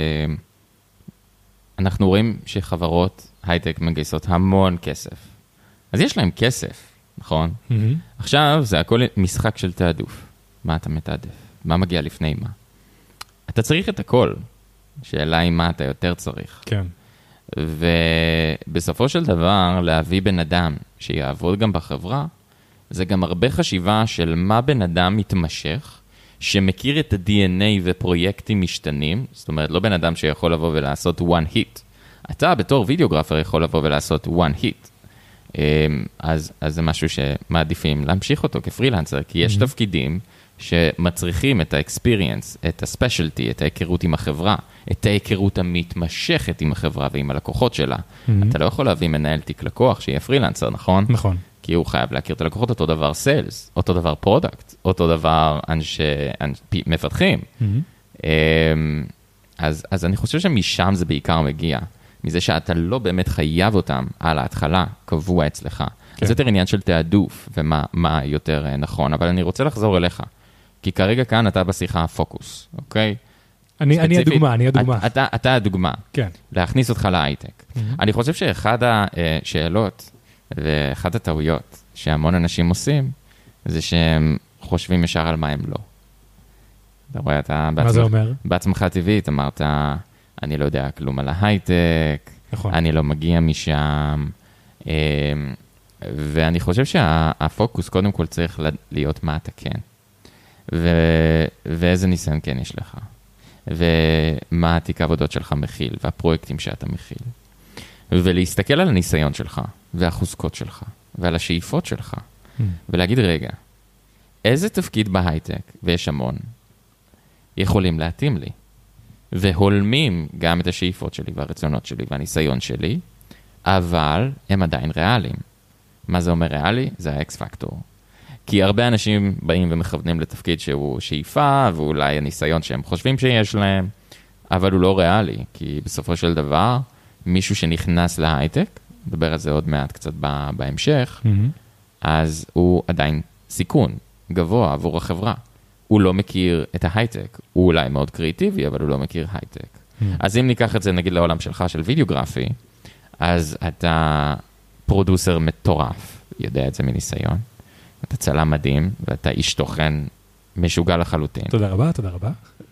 אנחנו רואים שחברות הייטק מגייסות המון כסף. אז יש להם כסף, נכון? עכשיו זה הכל משחק של תעדוף. מה אתה מתעדף? מה מגיע לפני מה? אתה צריך את הכל. שאלה היא מה אתה יותר צריך.
כן.
ובסופו של דבר, להביא בן אדם שיעבוד גם בחברה, זה גם הרבה חשיבה של מה בן אדם מתמשך, שמכיר את ה-DNA ופרויקטים משתנים, זאת אומרת, לא בן אדם שיכול לבוא ולעשות one hit. אתה בתור וידאוגרפר יכול לבוא ולעשות one hit. אז זה משהו שמעדיפים להמשיך אותו כפרילנסר, כי יש תפקידים שמצריכים את ה-experience, את ה-specialty, את ההיכרות עם החברה, את ההיכרות המתמשכת עם החברה ועם הלקוחות שלה. אתה לא יכול להביא מנהל תיק לקוח שיהיה פרילנסר, נכון?
נכון.
כי הוא חייב להכיר את הלקוחות, אותו דבר סיילס, אותו דבר פרודקט, אותו דבר מפתחים. אז אני חושב שמשם זה בעיקר מגיע, מזה שאתה לא באמת חייב אותם על ההתחלה, קבוע אצלך. זה יותר עניין של תעדוף ומה יותר נכון, אבל אני רוצה לחזור אליך, כי כרגע כאן אתה בשיחה הפוקוס, אוקיי?
אני הדוגמה.
אתה הדוגמה.
כן.
להכניס אותך להייטק. אני חושב שאחד השאלות ואחת הטעויות שהמון אנשים עושים, זה שהם חושבים ישר על מה הם לא. אתה רואה, אתה
מה זה אומר?
בעצמך טבעית, אמרת, אני לא יודע כלום על ההייטק,
נכון.
אני לא מגיע משם, ואני חושב שהפוקוס קודם כל צריך להיות מה אתה כן, ואיזה ניסיון כן יש לך, ומה התיק העבודות שלך מכיל, והפרויקטים שאתה מכיל. ולהסתכל על הניסיון שלך, והחוזקות שלך, ועל השאיפות שלך, ולהגיד, רגע, איזה תפקיד בהייטק, ויש המון, יכולים להתאים לי, והולמים גם את השאיפות שלי, והרצונות שלי, והניסיון שלי, אבל הם עדיין ריאליים. מה זה אומר ריאלי? זה האקס פקטור. כי הרבה אנשים באים ומכוונים לתפקיד שהוא שאיפה, ואולי הניסיון שהם חושבים שיש להם, אבל הוא לא ריאלי, כי בסופו של דבר, מישהו שנכנס להייטק, נדבר על זה עוד מעט קצת בהמשך, אז הוא עדיין סיכון גבוה עבור החברה. הוא לא מכיר את ההייטק, הוא אולי מאוד קריאטיבי, אבל הוא לא מכיר הייטק. אז אם ניקח את זה נגיד לעולם שלך של וידאוגרפי, אז אתה פרודוסר מטורף, יודע את זה מניסיון, אתה צלם מדהים, ואתה איש תוכן משוגע לחלוטין.
תודה רבה, תודה רבה.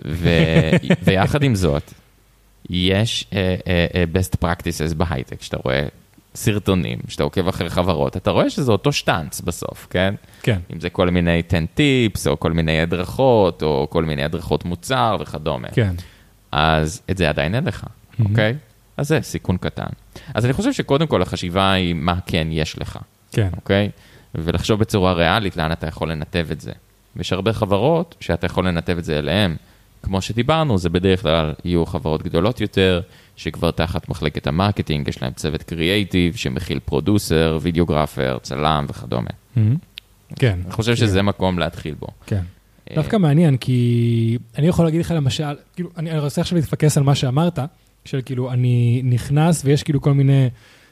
ויחד עם זאת, יש best practices בהייטק, שאתה רואה סרטונים, שאתה עוקב אחרי חברות, אתה רואה שזה אותו שטנץ בסוף, כן?
כן.
אם זה כל מיני 10 טיפס, או כל מיני הדרכות, או כל מיני הדרכות מוצר וכדומה.
כן.
אז את זה עדיין אין לך, אוקיי? אז זה סיכון קטן. אז אני חושב שקודם כל החשיבה היא מה כן יש לך.
כן.
אוקיי? ולחשוב בצורה ריאלית לאן אתה יכול לנתב את זה. ויש הרבה חברות שאתה יכול לנתב את זה אליהם. כמו שדיברנו, זה בדרך כלל יהיו חברות גדולות יותר, שכבר תחת מחלקת המרקטינג, יש להם צוות קריאייטיב, שמכיל פרודוסר, וידאוגרפר, צלם וכדומה.
כן.
אני חושב שזה מקום להתחיל בו.
כן. דווקא מעניין, כי אני יכול להגיד לך למשל, כאילו, אני רוצה עכשיו להתפקס על מה שאמרת, של כאילו, אני נכנס ויש כאילו כל מיני,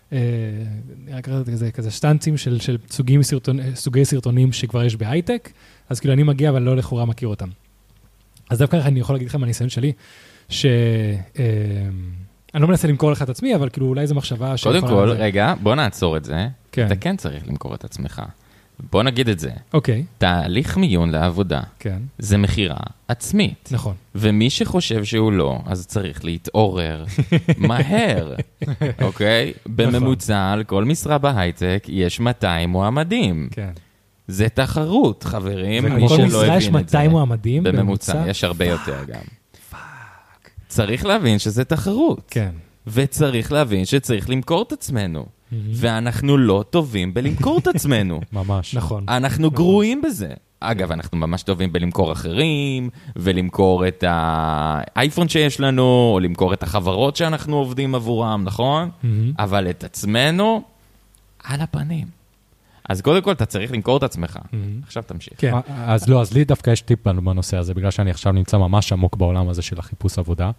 אני קראתי כזה שטנצים של סוגי סרטונים שכבר יש בהייטק, אז כאילו אני מגיע אבל לא לכאורה מכיר אותם. אז דווקא אני יכול להגיד לך מהניסיון שלי, אני לא מנסה למכור לך את עצמי, אבל כאילו אולי זו מחשבה
קודם כל, רגע, בוא נעצור את זה.
כן.
אתה כן צריך למכור את עצמך. בוא נגיד את זה.
אוקיי.
תהליך מיון לעבודה.
כן.
זה מחירה עצמית.
נכון.
ומי שחושב שהוא לא, אז צריך להתעורר מהר. אוקיי? בממוצע, על כל משרה בהייטק, יש 200 מועמדים.
כן.
זה תחרות, חברים.
על כל משרה יש 200 מועמדים?
בממוצע, יש הרבה יותר גם. צריך להבין שזה תחרות.
כן.
וצריך להבין שצריך למכור את עצמנו. ואנחנו לא טובים בלמכור את עצמנו.
ממש.
נכון.
אנחנו גרועים בזה. אגב, אנחנו ממש טובים בלמכור אחרים, ולמכור את האייפון שיש לנו, או למכור את החברות שאנחנו עובדים עבורם, נכון? אבל את עצמנו, על הפנים. אז קודם כל, אתה צריך למכור את עצמך. עכשיו תמשיך.
כן.
אז לא, אז לי דווקא יש טיפ בנושא הזה, בגלל שאני עכשיו נמצא ממש עמוק בעולם הזה של החיפוש עבודה.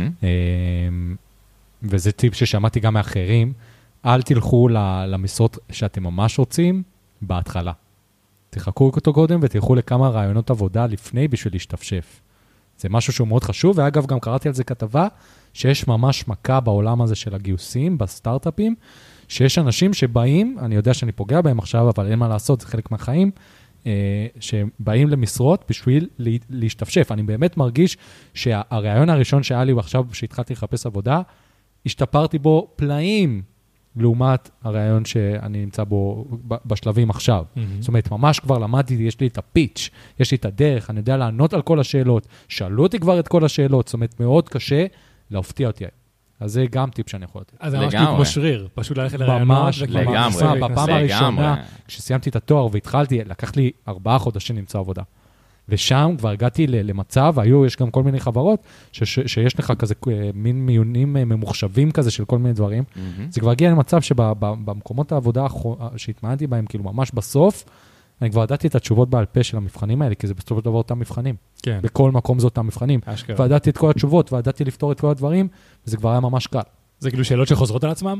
וזה טיפ ששמעתי גם מאחרים. אל תלכו למשרות שאתם ממש רוצים בהתחלה. תחכו אותו קודם ותלכו לכמה רעיונות עבודה לפני בשביל להשתפשף. זה משהו שהוא מאוד חשוב, ואגב גם קראתי על זה כתבה, שיש ממש מכה בעולם הזה של הגיוסים, בסטארט-אפים, שיש אנשים שבאים, אני יודע שאני פוגע בהם עכשיו, אבל אין מה לעשות, זה חלק מהחיים, שבאים למשרות בשביל להשתפשף. אני באמת מרגיש שהרעיון הראשון שהיה לי עכשיו, שהתחלתי לחפש עבודה, השתפרתי בו פלאים, לעומת הרעיון שאני נמצא בו בשלבים עכשיו. זאת אומרת, ממש כבר למדתי, יש לי את הפיץ', יש לי את הדרך, אני יודע לענות על כל השאלות, שאלו אותי כבר את כל השאלות, זאת אומרת, מאוד קשה להפתיע אותי. אז זה גם טיפ שאני יכול לתת.
אז זה ממש כמו שריר, פשוט ללכת לרעיונות.
ממש,
לגמרי.
בפעם הראשונה, כשסיימתי את התואר והתחלתי, לקח לי 4 חודשים למצוא עבודה. ושם כבר הגעתי למצב, יש גם כל מיני חברות, שיש לך כזה מין מיונים ממוחשבים כזה של כל מיני דברים. זה כבר הגיע למצב שבמקומות העבודה שהתמענתי בהם, כאילו ממש בסוף, אני כבר ידעתי את התשובות בעל פה של המבחנים האלה, כי זה בסופו של דבר אותם מבחנים.
כן.
בכל מקום זה אותם מבחנים. וידעתי את כל התשובות, וידעתי לפתור את כל הדברים, וזה כבר היה ממש קל.
זה כאילו שאלות שחוזרות על עצמם?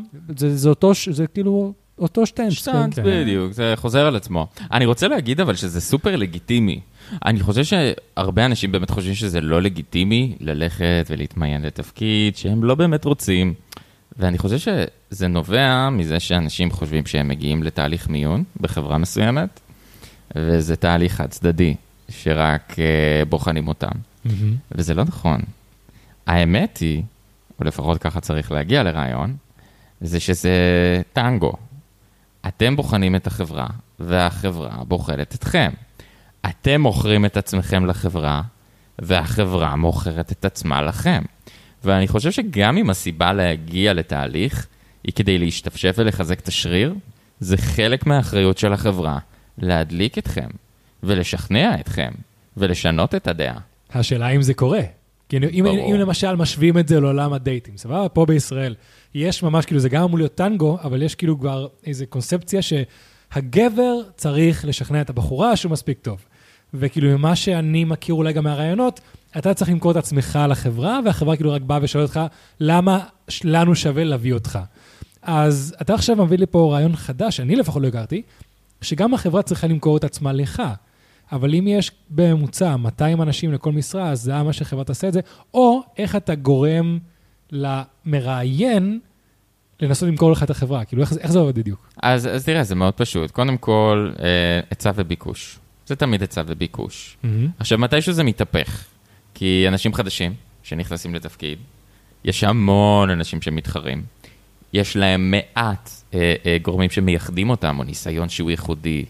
זה כאילו אותו שטנץ.
שטנץ, בדיוק, זה חוזר על עצמו. אני רוצה להגיד אבל שזה סופר לגיטימי. אני חושב שהרבה אנשים באמת חושבים שזה לא לגיטימי ללכת ולהתמיין לתפקיד שהם לא באמת רוצים. ואני חושב שזה נובע מזה שאנשים חושבים שהם מגיעים לתהליך מיון בחברה מסוימת, וזה תהליך חד צדדי, שרק בוחנים אותם. וזה לא נכון. האמת היא, או לפחות ככה צריך להגיע לרעיון, זה שזה טנגו. אתם בוחנים את החברה, והחברה בוחרת אתכם. אתם מוכרים את עצמכם לחברה, והחברה מוכרת את עצמה לכם. ואני חושב שגם אם הסיבה להגיע לתהליך, היא כדי להשתפשף ולחזק את השריר, זה חלק מהאחריות של החברה, להדליק אתכם, ולשכנע אתכם, ולשנות את הדעה.
השאלה אם זה קורה. כי אם למשל משווים את זה לעולם הדייטים, סבבה? פה בישראל, יש ממש, כאילו זה גם אמור להיות טנגו, אבל יש כאילו כבר איזו קונספציה שהגבר צריך לשכנע את הבחורה שהוא מספיק טוב. וכאילו ממה שאני מכיר אולי גם מהרעיונות, אתה צריך למכור את עצמך לחברה, והחברה כאילו רק באה ושואלת אותך, למה לנו שווה להביא אותך? אז אתה עכשיו מביא לי פה רעיון חדש, אני לפחות לא הכרתי, שגם החברה צריכה למכור את עצמה לך. אבל אם יש בממוצע 200 אנשים לכל משרה, אז זה מה שחברה תעשה את זה, או איך אתה גורם למראיין לנסות למכור לך את החברה, כאילו איך זה עובד בדיוק?
אז תראה, זה מאוד פשוט. קודם כל, היצע וביקוש. זה תמיד היצע וביקוש. עכשיו, מתישהו זה מתהפך, כי אנשים חדשים שנכנסים לתפקיד, יש המון אנשים שמתחרים, יש להם מעט גורמים שמייחדים אותם, או ניסיון שהוא ייחודי,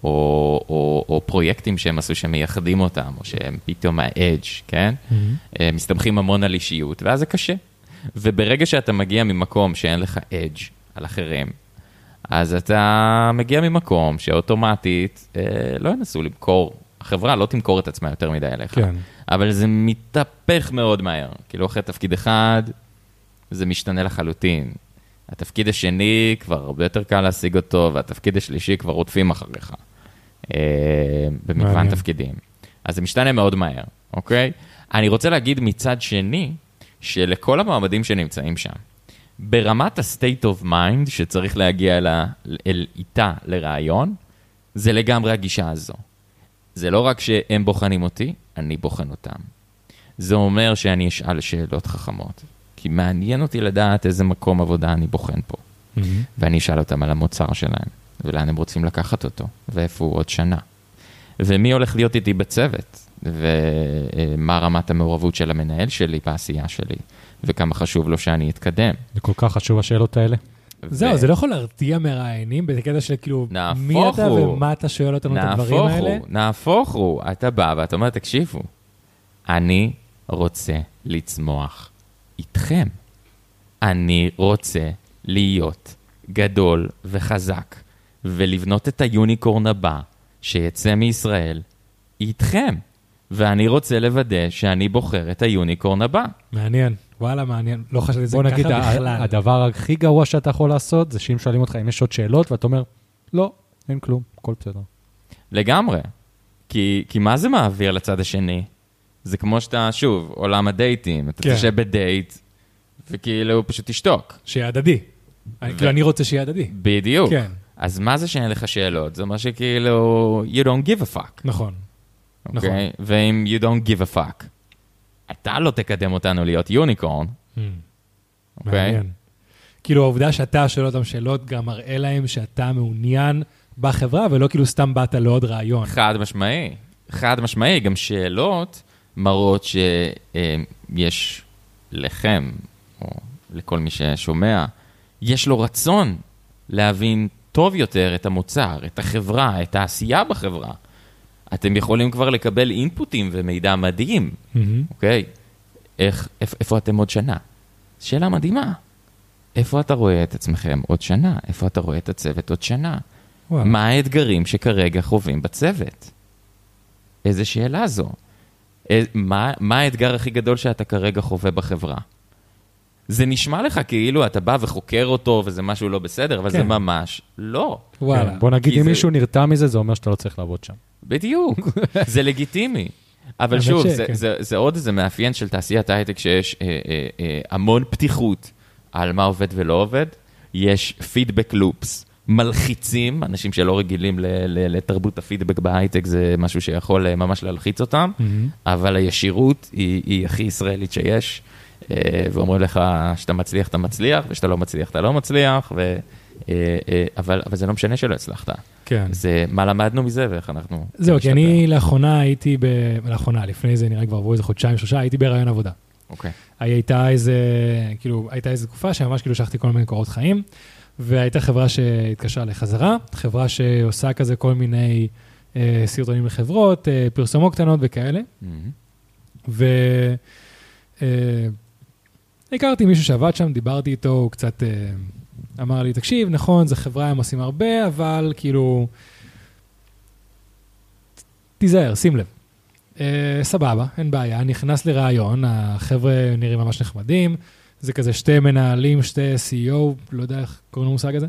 או פרויקטים שהם עשו שמייחדים אותם, או שהם פתאום ה-edge, כן? מסתמכים המון על אישיות, ואז זה קשה. וברגע שאתה מגיע ממקום שאין לך edge על אחרים, אז אתה מגיע ממקום שאוטומטית לא ינסו למכור, החברה לא תמכור את עצמה יותר מדי אליך.
כן.
אבל זה מתהפך מאוד מהר. כאילו אחרי תפקיד אחד, זה משתנה לחלוטין. התפקיד השני כבר הרבה יותר קל להשיג אותו, והתפקיד השלישי כבר רודפים אחריך. במגוון תפקידים. אז זה משתנה מאוד מהר, אוקיי? אני רוצה להגיד מצד שני, שלכל המועמדים שנמצאים שם, ברמת ה-state of mind שצריך להגיע איתה לרעיון, זה לגמרי הגישה הזו. זה לא רק שהם בוחנים אותי, אני בוחן אותם. זה אומר שאני אשאל שאלות חכמות, כי מעניין אותי לדעת איזה מקום עבודה אני בוחן פה. ואני אשאל אותם על המוצר שלהם, ולאן הם רוצים לקחת אותו, ואיפה הוא עוד שנה. ומי הולך להיות איתי בצוות, ומה רמת המעורבות של המנהל שלי בעשייה שלי, וכמה חשוב לו שאני אתקדם.
זה כל כך חשוב השאלות האלה.
זהו, זה לא יכול להרתיע מראיינים, בקטע של כאילו, מי אתה ומה אתה שואל אותנו את הדברים האלה?
נהפוך הוא, אתה בא ואתה אומר, תקשיבו, אני רוצה לצמוח איתכם. אני רוצה להיות גדול וחזק, ולבנות את היוניקורן הבא שיצא מישראל איתכם. ואני רוצה לוודא שאני בוחר את היוניקורן הבא.
מעניין, וואלה מעניין, לא חשבתי את זה ככה בכלל.
בוא נגיד, הדבר הכי גרוע שאתה יכול לעשות, זה שאם שואלים אותך אם יש עוד שאלות, ואתה אומר, לא, אין כלום, הכל בסדר.
לגמרי, כי מה זה מעביר לצד השני? זה כמו שאתה, שוב, עולם הדייטים, אתה תשב בדייט, וכאילו פשוט תשתוק.
שיהיה הדדי. כאילו אני רוצה שיהיה הדדי.
בדיוק. אז מה זה שאין לך שאלות? זה אומר שכאילו, you don't give a fuck.
נכון.
אוקיי? ואם you don't give a fuck, אתה לא תקדם אותנו להיות יוניקורן.
מעניין. כאילו העובדה שאתה שואל אותם שאלות, גם מראה להם שאתה מעוניין בחברה, ולא כאילו סתם באת לעוד רעיון.
חד משמעי. חד משמעי. גם שאלות מראות שיש לכם, או לכל מי ששומע, יש לו רצון להבין טוב יותר את המוצר, את החברה, את העשייה בחברה. אתם יכולים כבר לקבל אינפוטים ומידע מדהים, אוקיי? איפה אתם עוד שנה? שאלה מדהימה. איפה אתה רואה את עצמכם עוד שנה? איפה אתה רואה את הצוות עוד שנה? מה האתגרים שכרגע חווים בצוות? איזה שאלה זו? מה האתגר הכי גדול שאתה כרגע חווה בחברה? זה נשמע לך כאילו אתה בא וחוקר אותו וזה משהו לא בסדר, אבל זה ממש לא.
בוא נגיד, אם מישהו נרתע מזה, זה אומר שאתה לא צריך לעבוד שם.
בדיוק, זה לגיטימי. אבל שוב, זה עוד איזה מאפיין של תעשיית ההייטק שיש המון פתיחות על מה עובד ולא עובד. יש פידבק לופס מלחיצים, אנשים שלא רגילים לתרבות הפידבק בהייטק, זה משהו שיכול ממש להלחיץ אותם, אבל הישירות היא הכי ישראלית שיש, ואומרים לך שאתה מצליח, אתה מצליח, ושאתה לא מצליח, אתה לא מצליח, אבל זה לא משנה שלא הצלחת.
כן.
זה מה למדנו מזה ואיך אנחנו...
זהו, כי אני לאחרונה הייתי לפני זה נראה כבר עברו איזה חודשיים, 3, הייתי ברעיון עבודה.
אוקיי.
הייתה איזה תקופה שממש כאילו שכחתי כל מיני קורות חיים, והייתה חברה שהתקשרה לחזרה, חברה שעושה כזה כל מיני סרטונים לחברות, פרסומות קטנות וכאלה. והכרתי מישהו שעבד שם, דיברתי איתו, הוא קצת אמר לי, תקשיב, נכון, זו חברה, הם עושים הרבה, אבל כאילו, תיזהר, שים לב. סבבה, אין בעיה, נכנס לרעיון, החבר'ה נראים ממש נחמדים, זה כזה 2 מנהלים, 2 CEO, לא יודע איך קוראים למושג הזה,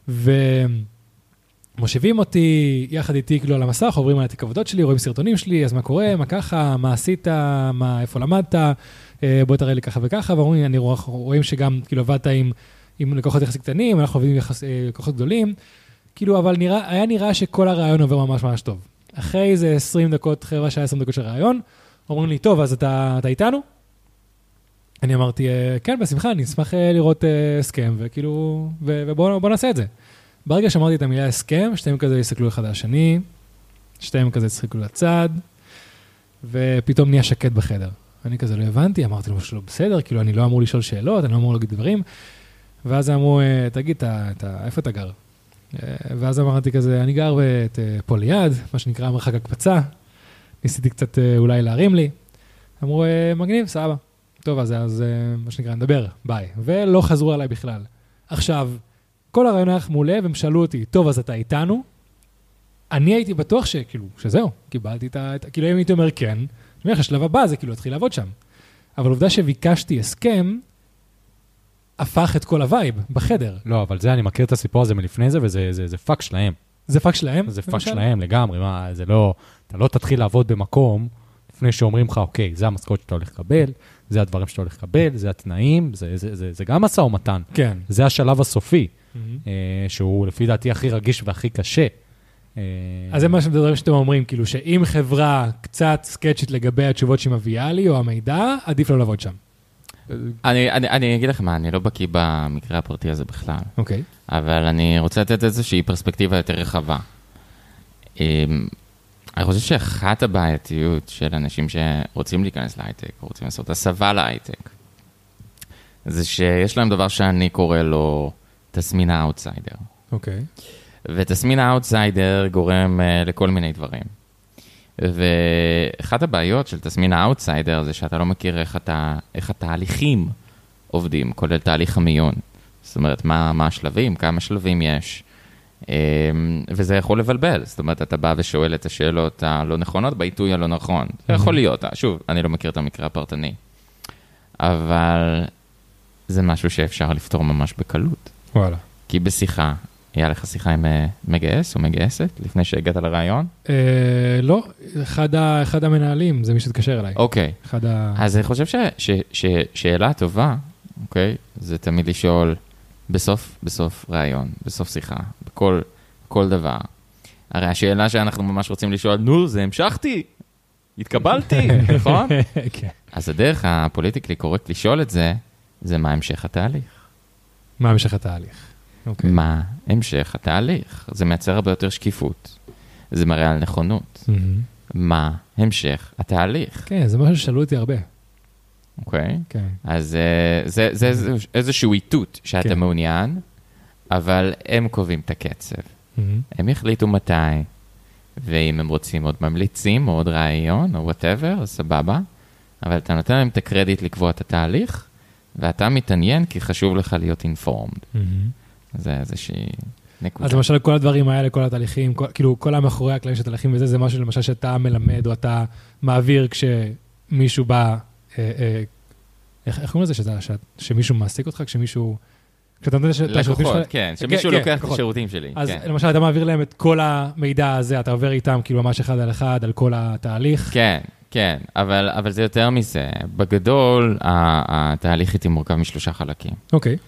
ומושיבים אותי יחד איתי כאילו על המסך, עוברים על התיק עבודות שלי, רואים סרטונים שלי, אז מה קורה, מה ככה, מה עשית, איפה למדת, בוא תראה לי ככה וככה, ורואים שגם כאילו עבדת עם לקוחות יחסי קטנים, אנחנו עובדים עם לקוחות גדולים, כאילו, אבל היה נראה שכל הרעיון עובר ממש ממש טוב. אחרי איזה 20 דקות, חבר'ה שהיה 20 דקות של רעיון, אומרים לי, טוב, אז אתה איתנו? אני אמרתי, כן, בשמחה, אני אשמח לראות הסכם, וכאילו, ובוא נעשה את זה. ברגע שאמרתי את המילה הסכם, 2 כזה יסתכלו אחד על השני, 2 כזה יצחקו לצד, ופתאום נהיה שקט בחדר. אני כזה לא הבנתי, אמרתי לו משהו לא בסדר, כאילו אני לא אמור לשאול שאלות, אני לא אמור להגיד דברים, ואז אמרו, תגיד, איפה אתה גר? ואז אמרתי כזה, אני גר פה ליד, מה שנקרא מרחק הקפצה, ניסיתי קצת אולי להרים לי, אמרו, מגניב, סבבה. טוב, אז מה שנקרא, נדבר, ביי. ולא חזרו עליי בכלל. עכשיו, כל הרעיון היה מעולה, והם שאלו אותי, טוב, אז אתה איתנו? אני הייתי בטוח שזהו, קיבלתי כאילו אם הייתי אומר כן, אני אומר לך, השלב הבא זה כאילו להתחיל לעבוד שם. אבל עובדה שביקשתי הסכם, הפך את כל הווייב בחדר.
לא, אבל זה, אני מכיר את הסיפור הזה מלפני זה, וזה פאק שלהם.
זה פאק שלהם?
זה פאק שלהם לגמרי, זה לא, אתה לא תתחיל לעבוד במקום, לפני שאומרים לך, אוקיי, זה המשכורת שאתה הולך לקבל, זה הדברים שאתה הולך לקבל, זה התנאים, זה גם משא ומתן.
כן.
זה השלב הסופי, שהוא לפי דעתי הכי רגיש והכי קשה.
אז זה מה שאתם אומרים, כאילו שאם חברה קצת סקצ'ית לגבי התשובות שהיא מביאה לי, או המידע, עדיף לא לעבוד שם.
אני אגיד לך מה, אני לא בקיא במקרה הפרטי הזה בכלל.
אוקיי.
אבל אני רוצה לתת איזושהי פרספקטיבה יותר רחבה. אני חושב שאחת הבעייתיות של אנשים שרוצים להיכנס להייטק, או רוצים לעשות הסבה להייטק, זה שיש להם דבר שאני קורא לו תסמין האוטסיידר.
אוקיי.
ותסמין האוטסיידר גורם לכל מיני דברים. ואחת הבעיות של תסמין האוטסיידר זה שאתה לא מכיר איך התהליכים עובדים, כולל תהליך המיון. זאת אומרת, מה השלבים, כמה שלבים יש. וזה יכול לבלבל, זאת אומרת, אתה בא ושואל את השאלות הלא נכונות, בעיתוי הלא נכון. זה יכול להיות, שוב, אני לא מכיר את המקרה הפרטני. אבל זה משהו שאפשר לפתור ממש בקלות.
וואלה.
כי בשיחה, היה לך שיחה עם מגייס או מגייסת לפני שהגעת לרעיון?
לא, אחד המנהלים, זה מי שתקשר אליי.
אוקיי. אז אני חושב ששאלה טובה, אוקיי, זה תמיד לשאול בסוף רעיון, בסוף שיחה, בכל דבר. הרי השאלה שאנחנו ממש רוצים לשאול, נו, זה המשכתי, התקבלתי, נכון?
כן.
אז הדרך הפוליטיקלי קורקט לשאול את זה, זה מה המשך התהליך.
מה המשך התהליך? Okay.
מה המשך התהליך? זה מייצר הרבה יותר שקיפות. זה מראה על נכונות. מה המשך התהליך?
כן, זה משהו ששאלו אותי הרבה.
אוקיי?
כן.
אז זה איזשהו איתות שאתה
כן.
מעוניין, אבל הם קובעים את הקצב. הם יחליטו מתי, ואם הם רוצים עוד ממליצים, או עוד רעיון, או whatever, אז סבבה, אבל אתה נותן להם את הקרדיט לקבוע את התהליך, ואתה מתעניין כי חשוב לך להיות informed. זה איזושהי נקודה.
אז למשל כל הדברים האלה, כל התהליכים, כאילו כל המאחורי הקלעים של התהליכים וזה, זה משהו למשל שאתה מלמד או אתה מעביר כשמישהו בא, איך קוראים לזה שמישהו מעסיק אותך, כשאתה נותן את השירותים שלך?
לקוחות, כן, שמישהו לוקח את השירותים שלי.
אז למשל אתה מעביר להם את כל המידע הזה, אתה עובר איתם כאילו ממש אחד על אחד על כל התהליך.
כן, כן, אבל זה יותר מזה. בגדול, התהליך איתי מורכב מ3 חלקים.
אוקיי.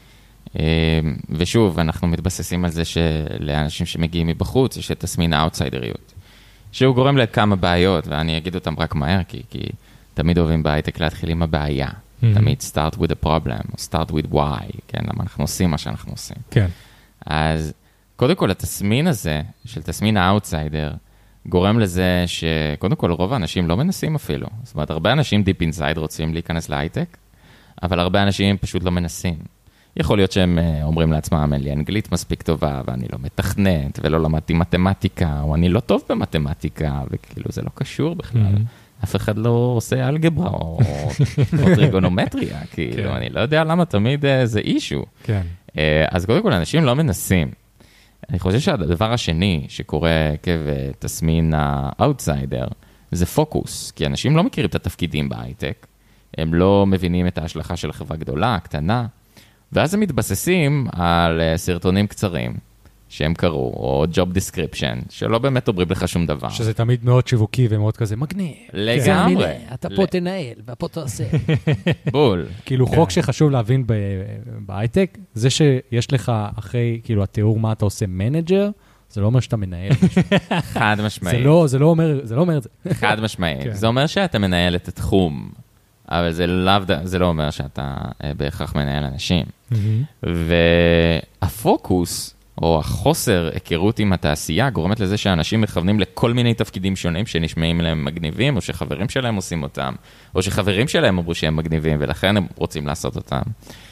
ושוב, אנחנו מתבססים על זה שלאנשים שמגיעים מבחוץ, יש את תסמין האוטסיידריות, שהוא גורם לכמה בעיות, ואני אגיד אותם רק מהר, כי תמיד אוהבים בהייטק להתחיל עם הבעיה. תמיד start with a problem, או start with why, כן, למה אנחנו עושים מה שאנחנו עושים.
כן.
אז קודם כל, התסמין הזה, של תסמין האוטסיידר, גורם לזה שקודם כל, רוב האנשים לא מנסים אפילו. זאת אומרת, הרבה אנשים deep inside רוצים להיכנס להייטק, אבל הרבה אנשים פשוט לא מנסים. יכול להיות שהם אומרים לעצמם, אין לי אנגלית מספיק טובה, ואני לא מתכנת, ולא למדתי מתמטיקה, או אני לא טוב במתמטיקה, וכאילו זה לא קשור בכלל. אף אחד לא עושה אלגברה, או טריגונומטריה, כאילו, אני לא יודע למה תמיד זה אישו.
כן.
אז קודם כל, אנשים לא מנסים. אני חושב שהדבר השני שקורה עקב תסמין האוטסיידר, זה פוקוס, כי אנשים לא מכירים את התפקידים בהייטק, הם לא מבינים את ההשלכה של החברה גדולה, קטנה, ואז הם מתבססים על סרטונים קצרים שהם קראו, או job description, שלא באמת אומרים לך שום דבר.
שזה תמיד מאוד שיווקי ומאוד כזה מגניב.
לגמרי.
אתה פה תנהל, ופה תעשה.
בול.
כאילו חוק שחשוב להבין בהייטק, זה שיש לך אחרי, כאילו, התיאור מה אתה עושה מנג'ר, זה לא אומר שאתה מנהל.
חד משמעית.
זה לא אומר את זה.
חד משמעית. זה אומר שאתה מנהל את התחום, אבל זה לא אומר שאתה בהכרח מנהל אנשים. והפוקוס, או החוסר היכרות עם התעשייה, גורמת לזה שאנשים מכוונים לכל מיני תפקידים שונים שנשמעים להם מגניבים, או שחברים שלהם עושים אותם, או שחברים שלהם אמרו שהם מגניבים, ולכן הם רוצים לעשות אותם.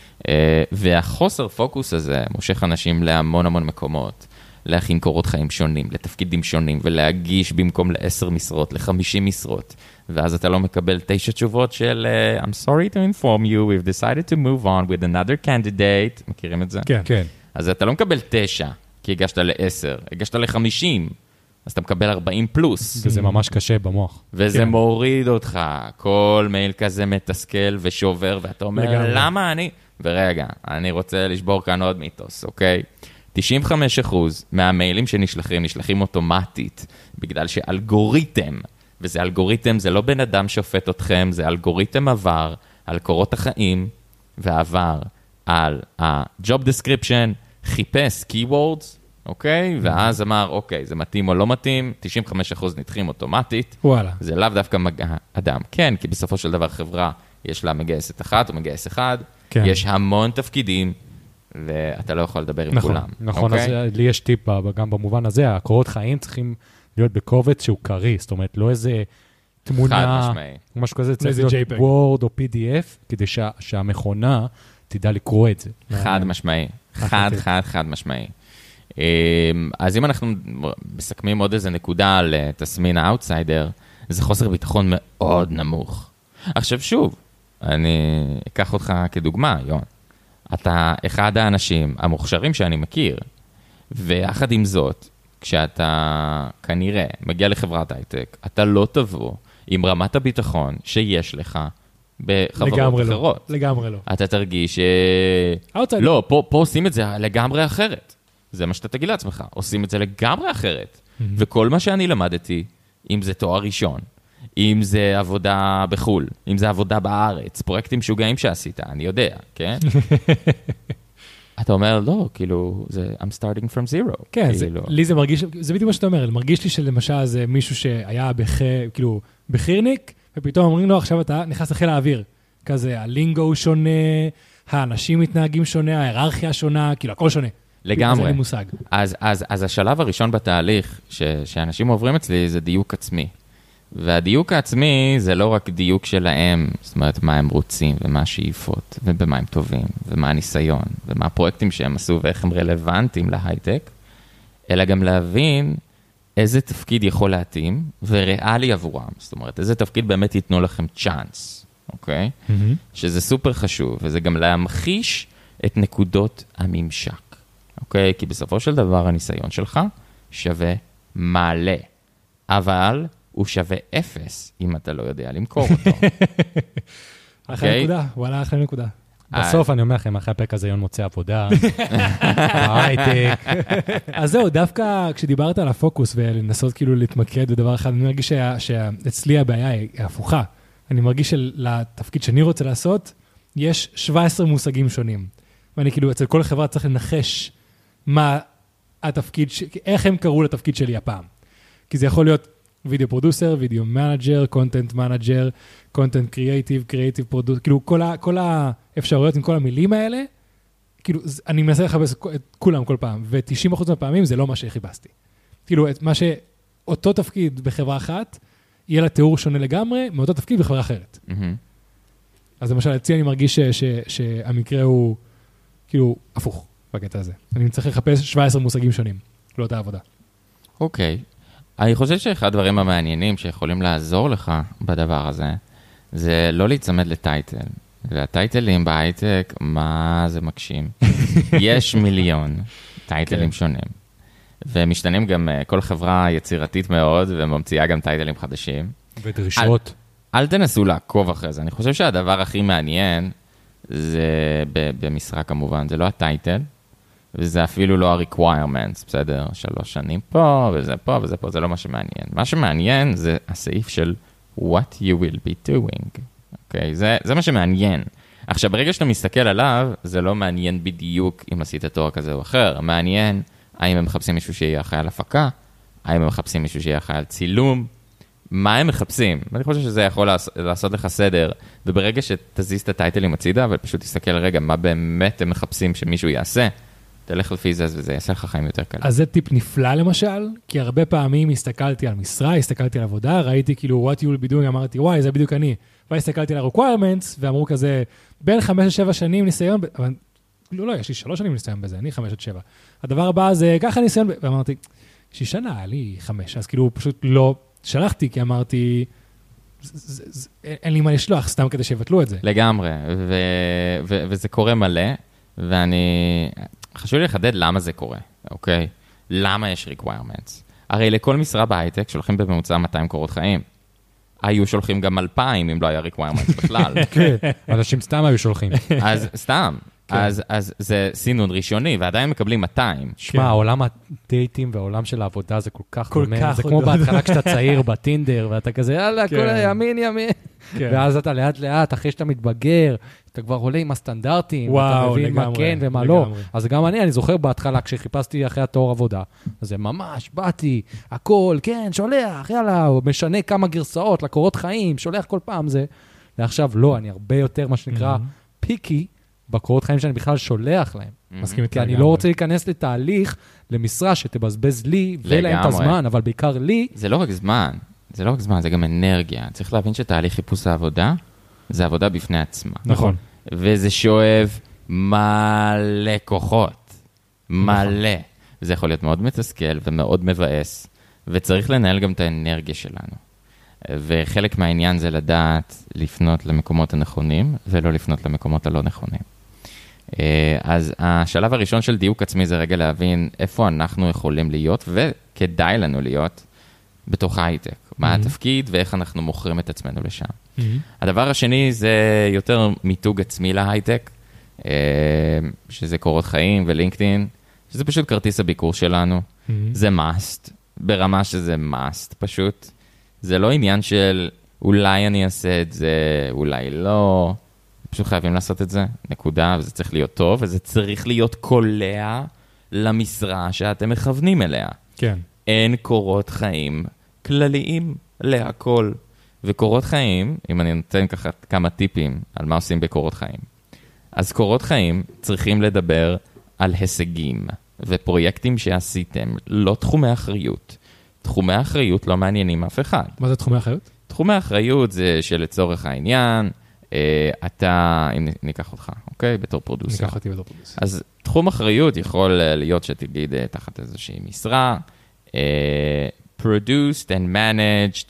והחוסר פוקוס הזה מושך אנשים להמון המון מקומות, להכין קורות חיים שונים, לתפקידים שונים, ולהגיש במקום ל10 משרות, ל50 משרות. ואז אתה לא מקבל 9 תשובות של I'm sorry to inform you, we've decided to move on with another candidate. מכירים את זה?
כן. כן.
אז אתה לא מקבל 9, כי הגשת ל10, הגשת ל50, אז אתה מקבל 40 פלוס.
וזה ממש קשה במוח.
וזה מוריד אותך, כל מייל כזה מתסכל ושובר, ואתה אומר, למה אני? ורגע, אני רוצה לשבור כאן עוד מיתוס, אוקיי? 95% מהמיילים נשלחים אוטומטית, בגלל שאלגוריתם, וזה אלגוריתם, זה לא בן אדם שופט אתכם, זה אלגוריתם עבר על קורות החיים, ועבר על ה-job description, חיפש keywords, אוקיי? ואז אמר, אוקיי, זה מתאים או לא מתאים, 95% נדחים אוטומטית.
וואלה.
זה לאו דווקא אדם. כן, כי בסופו של דבר חברה, יש לה מגייסת אחת או מגייס אחד, יש המון תפקידים, ואתה לא יכול לדבר עם כולם.
נכון, אז לי יש טיפ גם במובן הזה, הקורות חיים צריכים להיות בקובץ שהוא קרי, זאת אומרת, לא איזה תמונה, משהו כזה, צריך להיות וורד או PDF, כדי שהמכונה תדע לקרוא את זה.
חד משמעי, חד משמעי. אז אם אנחנו מסכמים עוד איזה נקודה על תסמין האוטסיידר, זה חוסר ביטחון מאוד נמוך. עכשיו שוב, אני אקח אותך כדוגמה, יון. אתה אחד האנשים המוכשרים שאני מכיר, ויחד עם זאת, כשאתה כנראה מגיע לחברת הייטק, אתה לא תבוא עם רמת הביטחון שיש לך בחברות אחרות.
לגמרי לא.
אתה תרגיש לא, פה עושים את זה לגמרי אחרת. זה מה שאתה תגיד לעצמך, עושים את זה לגמרי אחרת. וכל מה שאני למדתי, אם זה תואר ראשון, אם זה עבודה בחול, אם זה עבודה בארץ, פרויקטים שוגעים שעשית, אני יודע, כן? אתה אומר, לא, כאילו, זה I'm starting from zero.
כן, לי זה מרגיש, זה בדיוק מה שאתה אומר, מרגיש לי שלמשל זה מישהו שהיה כאילו בחירניק, ופתאום אומרים לו, עכשיו אתה נכנס לחיל האוויר. כזה, הלינגו שונה, האנשים מתנהגים שונה, ההיררכיה שונה, כאילו, הכל שונה.
לגמרי.
זה מושג.
אז השלב הראשון בתהליך שאנשים עוברים אצלי זה דיוק עצמי. והדיוק העצמי זה לא רק דיוק שלהם, זאת אומרת, מה הם רוצים ומה השאיפות, ובמה הם טובים, ומה הניסיון, ומה הפרויקטים שהם עשו ואיך הם רלוונטיים להייטק, אלא גם להבין איזה תפקיד יכול להתאים וריאלי עבורם. זאת אומרת, איזה תפקיד באמת ייתנו לכם צ'אנס, אוקיי? שזה סופר חשוב, וזה גם להמחיש את נקודות הממשק, אוקיי? כי בסופו של דבר הניסיון שלך שווה מלא, אבל הוא שווה 0 אם אתה לא יודע למכור אותו.
אחלה נקודה, וואלה, אחלה נקודה.
בסוף אני אומר לכם, אחרי הפרק הזה יון מוצא עבודה, בהייטק.
אז זהו, דווקא כשדיברת על הפוקוס ולנסות כאילו להתמקד בדבר אחד, אני מרגיש שאצלי הבעיה היא הפוכה. אני מרגיש שלתפקיד שאני רוצה לעשות, יש 17 מושגים שונים. ואני כאילו, אצל כל חברה צריך לנחש מה התפקיד, איך הם קראו לתפקיד שלי הפעם. כי זה יכול להיות וידאו פרודוסר, וידאו מנג'ר, קונטנט מנג'ר, קונטנט קריאייטיב, קריאייטיב פרודוסר, כאילו כל האפשרויות עם כל המילים האלה, כאילו אני מנסה לחפש את כולם כל פעם, ו-90% מהפעמים זה לא מה שחיפשתי. כאילו את מה שאותו תפקיד בחברה אחת, יהיה לה תיאור שונה לגמרי, מאותו תפקיד בחברה אחרת. אז למשל, אצלי אני מרגיש שהמקרה הוא כאילו הפוך בקטע הזה. אני צריך לחפש 17 מושגים שונים, לאותה עבודה.
אוקיי. אני חושב שאחד הדברים המעניינים שיכולים לעזור לך בדבר הזה, זה לא להצמד לטייטל. והטייטלים בהייטק, מה זה מקשים? יש מיליון טייטלים שונים. ומשתנים גם כל חברה יצירתית מאוד, וממציאה גם טייטלים חדשים.
ודרישות.
אל תנסו לעקוב אחרי זה. אני חושב שהדבר הכי מעניין, זה במשרה כמובן, זה לא הטייטל, וזה אפילו לא ה-requirements, בסדר? 3 שנים פה, וזה פה, וזה פה, זה לא מה שמעניין. מה שמעניין זה הסעיף של what you will be doing. אוקיי? זה מה שמעניין. עכשיו, ברגע שאתה מסתכל עליו, זה לא מעניין בדיוק אם עשית תואר כזה או אחר. מעניין האם הם מחפשים מישהו שיהיה אחראי על הפקה, האם הם מחפשים מישהו שיהיה אחראי על צילום, מה הם מחפשים? ואני חושב שזה יכול לעשות לך סדר, וברגע שתזיז את הטייטלים הצידה, ופשוט תסתכל רגע מה באמת הם מחפשים שמישהו יעשה, תלך לפי זה, וזה יעשה לך חיים יותר קלים.
אז זה טיפ נפלא למשל, כי הרבה פעמים הסתכלתי על משרה, הסתכלתי על עבודה, ראיתי כאילו what you will be doing, אמרתי וואי, זה בדיוק אני. והסתכלתי על ה-requirements, ואמרו כזה, בין 5-7 שנים ניסיון, אבל לא, יש לי 3 שנים ניסיון בזה, אני 5-7. הדבר הבא זה ככה ניסיון, ואמרתי, 6 שנה, לי 5, אז כאילו פשוט לא שלחתי, כי אמרתי, אין לי מה לשלוח, סתם כדי שיבטלו את זה.
לגמרי, וזה קורה מלא, חשוב לי לחדד למה זה קורה, אוקיי? למה יש requirements? הרי לכל משרה בהייטק שולחים בממוצע 200 קורות חיים. היו שולחים גם 2,000 אם לא היה requirements בכלל.
כן, אנשים סתם היו שולחים.
אז סתם. אז זה סינון ראשוני, ועדיין מקבלים 200.
שמע, העולם הדייטים והעולם של העבודה זה כל כך דומה. זה כמו בהתחלה כשאתה צעיר בטינדר, ואתה כזה, יאללה, הכל ימין, ימין. ואז אתה לאט לאט, אחרי שאתה מתבגר, אתה כבר עולה עם הסטנדרטים, ואתה מבין מה כן ומה לא. אז גם אני זוכר בהתחלה, כשחיפשתי אחרי התואר עבודה, אז זה ממש, באתי, הכל, כן, שולח, יאללה, משנה כמה גרסאות לקורות חיים, שולח כל פעם זה. ועכשיו לא, אני הרבה יותר, מה שנקרא, פיקי, בקורות חיים שאני בכלל שולח להם.
מסכים איתי.
כי אני לא רוצה להיכנס לתהליך, למשרה שתבזבז לי ולהם את הזמן, אבל בעיקר לי.
זה לא רק זמן, זה גם אנרגיה. צריך להבין שתהליך חיפוש העבודה, זה עבודה בפני עצמה.
נכון.
וזה שואב מלא כוחות. מלא. וזה יכול להיות מאוד מתסכל ומאוד מבאס, וצריך לנהל גם את האנרגיה שלנו. וחלק מהעניין זה לדעת לפנות למקומות הנכונים, ולא לפנות למקומות הלא נכונים. אז השלב הראשון של דיוק עצמי זה רגע להבין איפה אנחנו יכולים להיות, וכדאי לנו להיות בתוך ההייטק. מה התפקיד ואיך אנחנו מוכרים את עצמנו לשם. הדבר השני זה יותר מיתוג עצמי להייטק, שזה קורות חיים ולינקדאין, שזה פשוט כרטיס הביקור שלנו. זה must, ברמה שזה must פשוט. זה לא עניין של אולי אני אעשה את זה, אולי לא. פשוט חייבים לעשות את זה, נקודה, וזה צריך להיות טוב, וזה צריך להיות קולע למשרה שאתם מכוונים אליה.
כן.
אין קורות חיים כלליים להכל. וקורות חיים, אם אני נותן ככה כמה טיפים על מה עושים בקורות חיים, אז קורות חיים צריכים לדבר על הישגים ופרויקטים שעשיתם, לא תחומי אחריות. תחומי האחריות לא מעניינים אף אחד.
מה זה תחומי האחריות?
תחומי האחריות זה שלצורך העניין, אתה, אם ניקח אותך, אוקיי? בתור פרודוסר.
ניקח אותי בתור פרודוסר.
אז תחום אחריות יכול להיות שתגיד תחת איזושהי משרה, produced and managed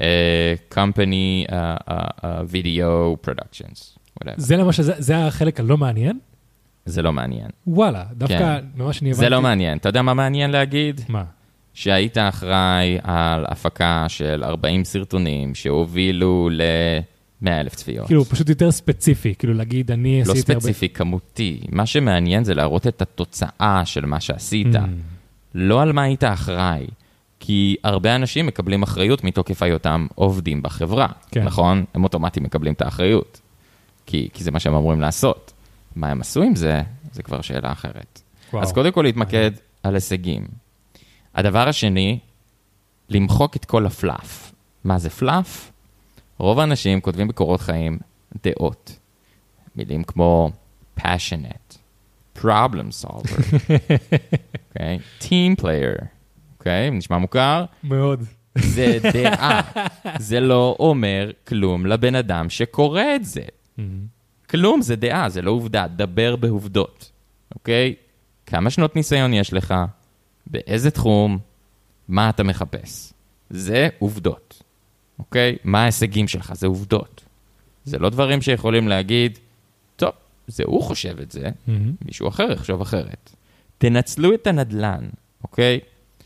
company video productions, whatever.
זה למשל, זה החלק הלא מעניין?
זה לא מעניין.
וואלה, דווקא ממה שאני הבנתי.
זה לא מעניין. אתה יודע מה מעניין להגיד?
מה?
שהיית אחראי על הפקה של 40 סרטונים שהובילו ל100,000 צפיות.
כאילו, פשוט יותר ספציפי, כאילו להגיד, אני
לא
עשיתי
ספציפי, כמותי. מה שמעניין זה להראות את התוצאה של מה שעשית. לא על מה היית אחראי. כי הרבה אנשים מקבלים אחריות מתוקף היותם עובדים בחברה.
כן.
נכון? הם אוטומטית מקבלים את האחריות. כי זה מה שהם אמורים לעשות. מה הם עשו עם זה? זה כבר שאלה אחרת.
וואו.
אז קודם כל להתמקד על הישגים. הדבר השני, למחוק את כל הפלאף. מה זה פלאף? רוב האנשים כותבים בקורות חיים דעות. מילים כמו passionate, problem solver, okay? team player, okay? נשמע מוכר?
מאוד.
זה דעה. זה לא אומר כלום לבן אדם שקורא את זה. כלום, זה דעה, זה לא עובדה. דבר בעובדות, אוקיי? כמה שנות ניסיון יש לך? באיזה תחום? מה אתה מחפש? זה עובדות, אוקיי? מה ההישגים שלך? זה עובדות. זה לא דברים שיכולים להגיד, טוב, זה הוא חושב את זה, מישהו אחר יחשוב אחרת. תנצלו את הנדלן, אוקיי?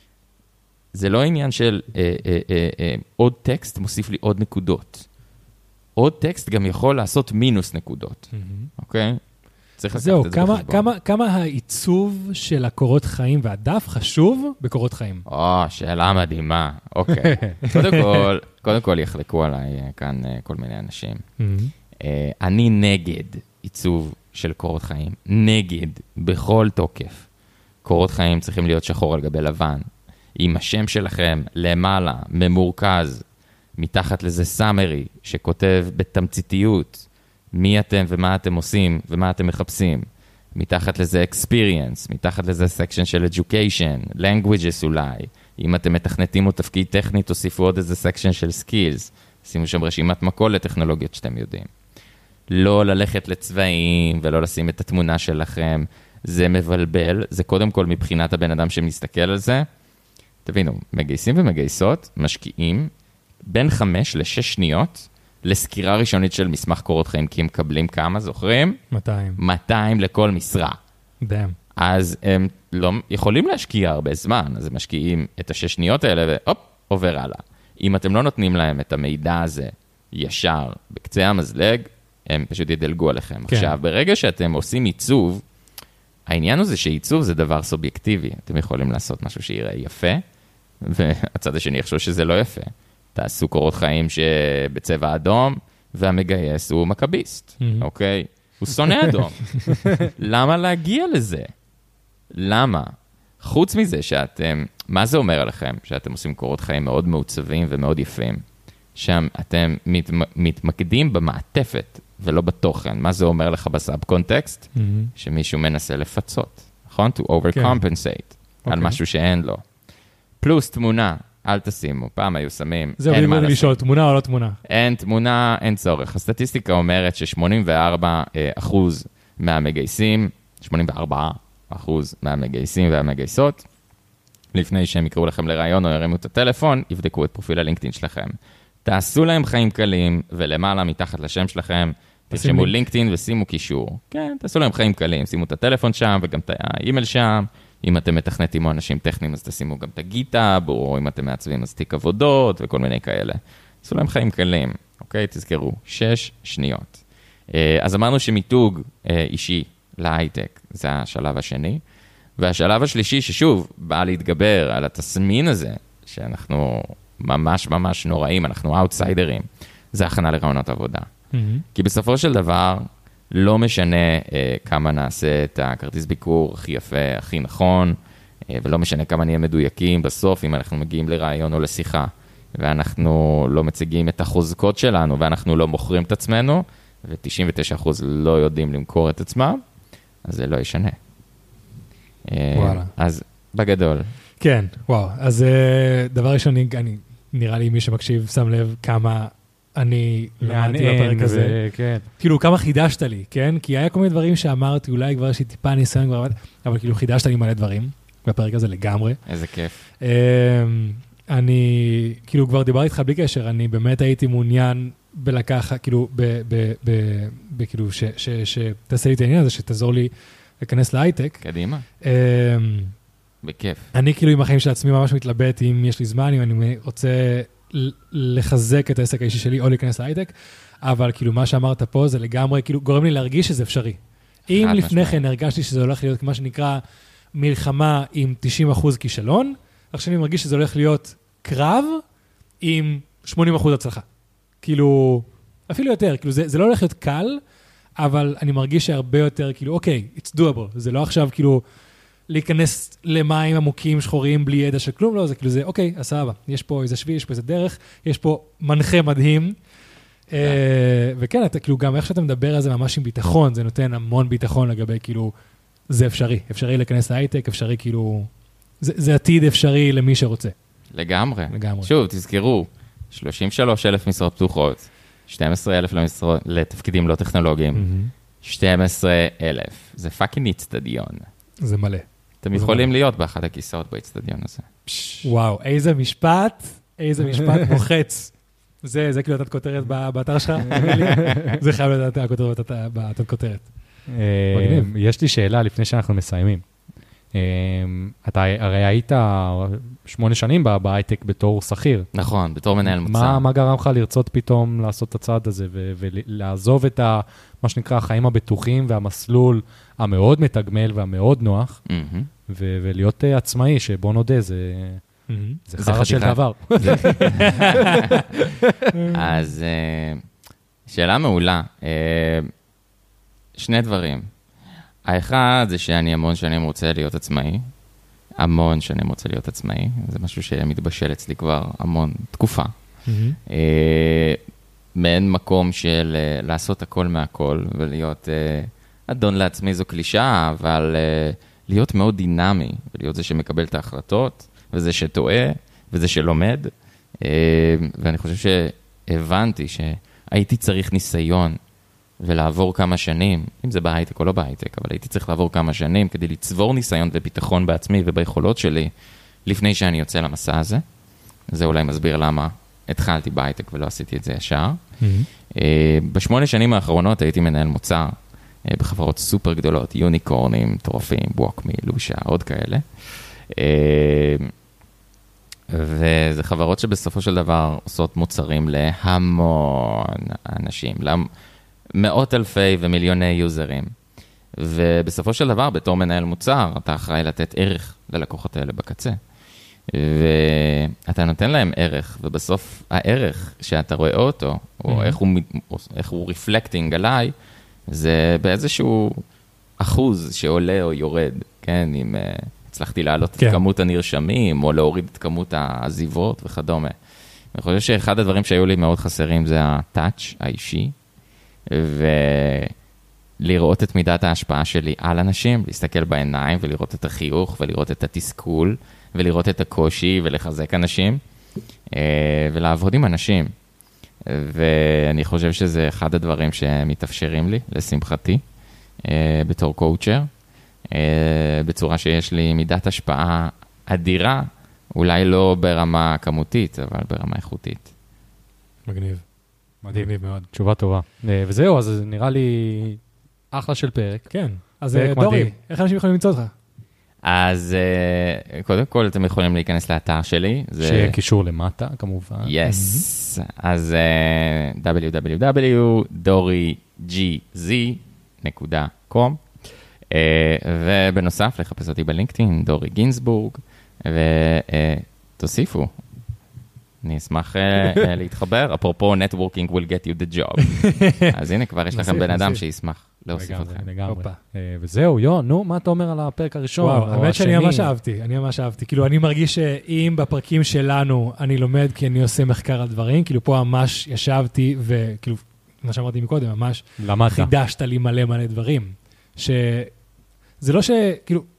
זה לא עניין של עוד טקסט מוסיף לי עוד נקודות. עוד טקסט גם יכול לעשות מינוס נקודות, אוקיי? צריך לקחת את זה בחשבון.
כמה העיצוב של הקורות חיים והדף חשוב בקורות חיים?
שאלה מדהימה. אוקיי. קודם כל יחלקו עליי כאן כל מיני אנשים. אני נגד עיצוב של קורות חיים. נגד, בכל תוקף. קורות חיים צריכים להיות שחור על גבי לבן. עם השם שלכם למעלה, ממורכז, מתחת לזה סאמרי, שכותב בתמציתיות, מי אתם ומה אתם עושים ומה אתם מחפשים. מתחת לזה experience, מתחת לזה section של education, languages אולי. אם אתם מתכנתים או תפקיד טכני, תוסיפו עוד איזה section של skills. שימו שם רשימת מקול לטכנולוגיות שאתם יודעים. לא ללכת לצבעים ולא לשים את התמונה שלכם. זה מבלבל, זה קודם כל מבחינת הבן אדם שמסתכל על זה. תבינו, מגייסים ומגייסות, משקיעים בין 5 ל-6 שניות, לסקירה ראשונית של מסמך קורות חיים, כי הם מקבלים כמה, זוכרים?
200.
200 לכל משרה.
דאם.
אז הם לא יכולים להשקיע הרבה זמן, אז הם משקיעים את 6 שניות האלה, והופ, עובר הלאה. אם אתם לא נותנים להם את המידע הזה ישר בקצה המזלג, הם פשוט ידלגו עליכם.
כן.
עכשיו, ברגע שאתם עושים עיצוב, העניין הזה שעיצוב זה דבר סובייקטיבי. אתם יכולים לעשות משהו שיראה יפה, והצד השני יחשוב שזה לא יפה. תעשו קורות חיים שבצבע אדום, והמגייס הוא מקביסט, אוקיי? הוא שונא אדום. למה להגיע לזה? למה? חוץ מזה שאתם, מה זה אומר עליכם? שאתם עושים קורות חיים מאוד מעוצבים ומאוד יפים, שם אתם מתמקדים במעטפת ולא בתוכן. מה זה אומר לך בסאב קונטקסט? שמישהו מנסה לפצות, נכון? To overcompensate על משהו שאין לו. פלוס תמונה. אל תשימו, פעם היו שמים,
זהו,
אין מה
בדיוק
לעשות.
לשאול, תמונה או לא תמונה?
אין תמונה, אין צורך. הסטטיסטיקה אומרת ש84% מהמגייסים, 84% מהמגייסים והמגייסות, לפני שהם יקראו לכם לרעיון או ירימו את הטלפון, יבדקו את פרופיל הלינקדאין שלכם. תעשו להם חיים קלים, ולמעלה מתחת לשם שלכם, תרשמו לינקדאין ושימו קישור. כן, תעשו להם חיים קלים, שימו את הטלפון שם וגם את האימייל שם. אם אתם מתכנתים או אנשים טכניים, אז תשימו גם את הגיטאב, או אם אתם מעצבים, אז תיק עבודות וכל מיני כאלה. עשו להם חיים קלים, אוקיי? תזכרו, 6 שניות. אז אמרנו שמיתוג אישי להייטק, זה השלב השני. והשלב השלישי, ששוב, בא להתגבר על התסמין הזה, שאנחנו ממש ממש נוראים, אנחנו אאוטסיידרים, זה הכנה לרעיונות עבודה. כי בסופו של דבר, לא משנה כמה נעשה את הכרטיס ביקור הכי יפה, הכי נכון, ולא משנה כמה נהיה מדויקים בסוף, אם אנחנו מגיעים לרעיון או לשיחה, ואנחנו לא מציגים את החוזקות שלנו, ואנחנו לא מוכרים את עצמנו, ו-99% לא יודעים למכור את עצמם, אז זה לא ישנה.
וואלה.
אז בגדול.
כן, וואו. אז דבר ראשון, נראה לי מי שמקשיב שם לב כמה אני למדתי בפרק הזה.
כן.
כאילו, כמה חידשת לי, כן? כי היה כל מיני דברים שאמרתי, אולי כבר יש לי טיפה ניסיון כבר, אבל כאילו חידשת לי מלא דברים בפרק הזה לגמרי.
איזה כיף.
אני, כאילו, כבר דיבר איתך בלי קשר, אני באמת הייתי מעוניין בלקחת, כאילו, כאילו, שתעשה לי את העניין הזה, שתעזור לי להיכנס להייטק.
קדימה. בכיף.
אני כאילו עם החיים של עצמי ממש מתלבט אם יש לי זמן, אם אני רוצה לחזק את העסק האישי שלי או להיכנס להייטק, אבל כאילו מה שאמרת פה זה לגמרי, כאילו גורם לי להרגיש שזה אפשרי. אם לפני כן הרגשתי שזה הולך להיות מה שנקרא מלחמה עם 90% כישלון, עכשיו אני מרגיש שזה הולך להיות קרב עם 80% הצלחה. כאילו, אפילו יותר, כאילו זה לא הולך להיות קל, אבל אני מרגיש שהרבה יותר, כאילו, אוקיי, it's doable. זה לא עכשיו, כאילו, להיכנס למים עמוקים, שחורים, בלי ידע של כלום, לא, זה כאילו זה, אוקיי, סבבה, יש פה איזה שביל, יש פה איזה דרך, יש פה מנחה מדהים, וכן, אתה כאילו גם איך שאתה מדבר על זה ממש עם ביטחון, זה נותן המון ביטחון לגבי כאילו, זה אפשרי, אפשרי להיכנס להייטק, אפשרי כאילו, זה עתיד אפשרי למי שרוצה.
לגמרי. שוב, תזכרו, 33,000 משרות פתוחות, 12,000 לתפקידים לא טכנולוגיים, 12,000, זה פאקינג אצטדיון.
זה מלא.
אתם יכולים להיות באחד הכיסאות באצטדיון הזה.
וואו, איזה משפט מוחץ. זה כאילו לתת כותרת באתר שלך? זה חייב לתת הכותרת בתת כותרת.
יש לי שאלה לפני שאנחנו מסיימים. אתה הרי היית 8 שנים בהייטק בתור שכיר.
נכון, בתור מנהל מוצר.
מה גרם לך לרצות פתאום לעשות את הצעד הזה ולעזוב את מה שנקרא החיים הבטוחים והמסלול המאוד מתגמל והמאוד נוח, ולהיות עצמאי, שבוא נודה, זה חרא של דבר.
אז שאלה מעולה. שני דברים. האחד זה שאני המון שנים רוצה להיות עצמאי. המון שנים רוצה להיות עצמאי. זה משהו שמתבשל אצלי כבר המון תקופה. מעין מקום של לעשות הכל מהכל, ולהיות אדון לעצמי זו קלישה, אבל להיות מאוד דינמי, ולהיות זה שמקבל את ההחלטות, וזה שטועה, וזה שלומד. ואני חושב שהבנתי שהייתי צריך ניסיון, ולעבור כמה שנים, אם זה בהייטק או לא בהייטק, אבל הייתי צריך לעבור כמה שנים, כדי לצבור ניסיון וביטחון בעצמי וביכולות שלי, לפני שאני יוצא למסע הזה. זה אולי מסביר למה התחלתי בהייטק ולא עשיתי את זה ישר. ב8 שנים האחרונות הייתי מנהל מוצר, בחברות סופר גדולות, יוניקורנים, טורפים, בווקמי, לושה, עוד כאלה. וזה חברות שבסופו של דבר עושות מוצרים להמון אנשים, מאות אלפי ומיליוני יוזרים. ובסופו של דבר, בתור מנהל מוצר, אתה אחראי לתת ערך ללקוחות האלה בקצה. ואתה נותן להם ערך, ובסוף הערך שאתה רואה אותו, או איך הוא רפלקטינג עליי, זה באיזשהו אחוז שעולה או יורד, כן? אם הצלחתי להעלות את כמות הנרשמים, או להוריד את כמות העזיבות וכדומה. אני חושב שאחד הדברים שהיו לי מאוד חסרים זה הטאץ' האישי, ולראות את מידת ההשפעה שלי על אנשים, להסתכל בעיניים ולראות את החיוך ולראות את התסכול ולראות את הקושי ולחזק אנשים ולעבוד עם אנשים. ואני חושב שזה אחד הדברים שמתאפשרים לי, לשמחתי, בתור קואוצ'ר, בצורה שיש לי מידת השפעה אדירה, אולי לא ברמה כמותית, אבל ברמה איכותית.
מגניב. מדהים מאוד.
תשובה טובה. וזהו, אז נראה לי אחלה של פרק.
כן. אז דורי, איך אנשים יכולים למצוא אותך?
אז קודם כל אתם יכולים להיכנס לאתר שלי.
שיהיה קישור למטה, כמובן.
Yes. אז www.dorigz.com ובנוסף לחפש אותי בלינקדאין, דורי גינסבורג, ותוסיפו. אני אשמח להתחבר. אפרופו, networking will get you the job. אז הנה, כבר יש לכם בן אדם שישמח להוסיף אתכם.
לגמרי. וזהו, נו, מה אתה אומר על הפרק הראשון?
וואו, האמת שאני ממש אהבתי. כאילו, אני מרגיש שאם בפרקים שלנו אני לומד כי אני עושה מחקר על דברים, כאילו פה ממש ישבתי וכאילו, מה שאמרתי מקודם, ממש חידשת לי מלא דברים. שזה לא כאילו,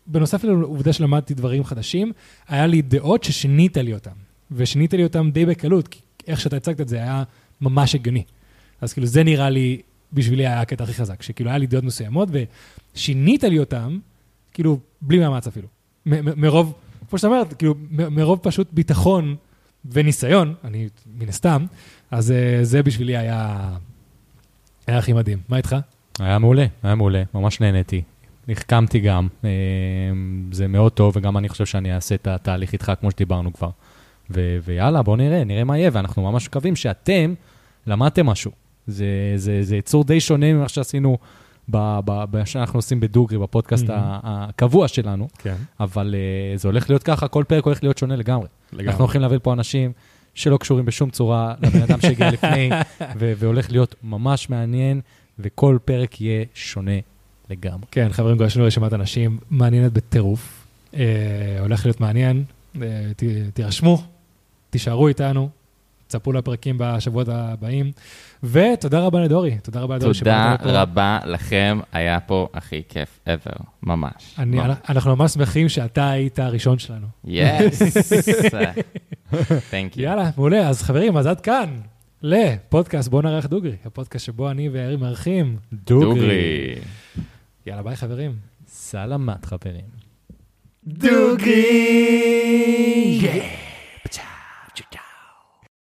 בנוסף לעובדה שלמדתי דברים חדשים, היה לי דעות ששינית לי אותם, ושינית לי אותם די בקלות, כי איך שאתה הצגת את זה היה ממש הגיוני. אז כאילו זה נראה לי, בשבילי היה הקטע הכי חזק, שכאילו היה לי דעות מסוימות, ושינית לי אותם, כאילו בלי מאמץ אפילו. מרוב, כמו שאתה אומרת, כאילו מרוב פשוט ביטחון וניסיון, אני מן הסתם, אז זה בשבילי היה הכי מדהים. מה איתך?
היה מעולה, ממש נהניתי. החכמתי גם, זה מאוד טוב, וגם אני חושב שאני אעשה את התהליך איתך כמו שדיברנו כבר. ויאללה, בואו נראה מה יהיה, ואנחנו ממש מקווים שאתם למדתם משהו. זה יצור די שונה ממה שעשינו, שאנחנו עושים בדוגרי, בפודקאסט הקבוע שלנו, אבל זה הולך להיות ככה, כל פרק הולך להיות שונה לגמרי. אנחנו הולכים להביא פה אנשים שלא קשורים בשום צורה לבן אדם שהגיע לפני, והולך להיות ממש מעניין, וכל פרק יהיה שונה לגמרי.
כן, חברים, יש לנו רשימת אנשים מעניינת בטירוף. הולך להיות מעניין, תירשמו, תישארו איתנו, תצפו לפרקים בשבועות הבאים, ותודה רבה לדורי. תודה רבה לדורי.
תודה רבה לכם, היה פה הכי כיף ever, ממש.
אנחנו ממש שמחים שאתה היית הראשון שלנו.
Yes. Thank you.
יאללה, מעולה. אז חברים, אז עד כאן לפודקאסט בוא נערך דוגרי, הפודקאסט שבו אני וירי מארחים
דוגרי.
יאללה, ביי חברים.
סלמת חברים.
דוגרי!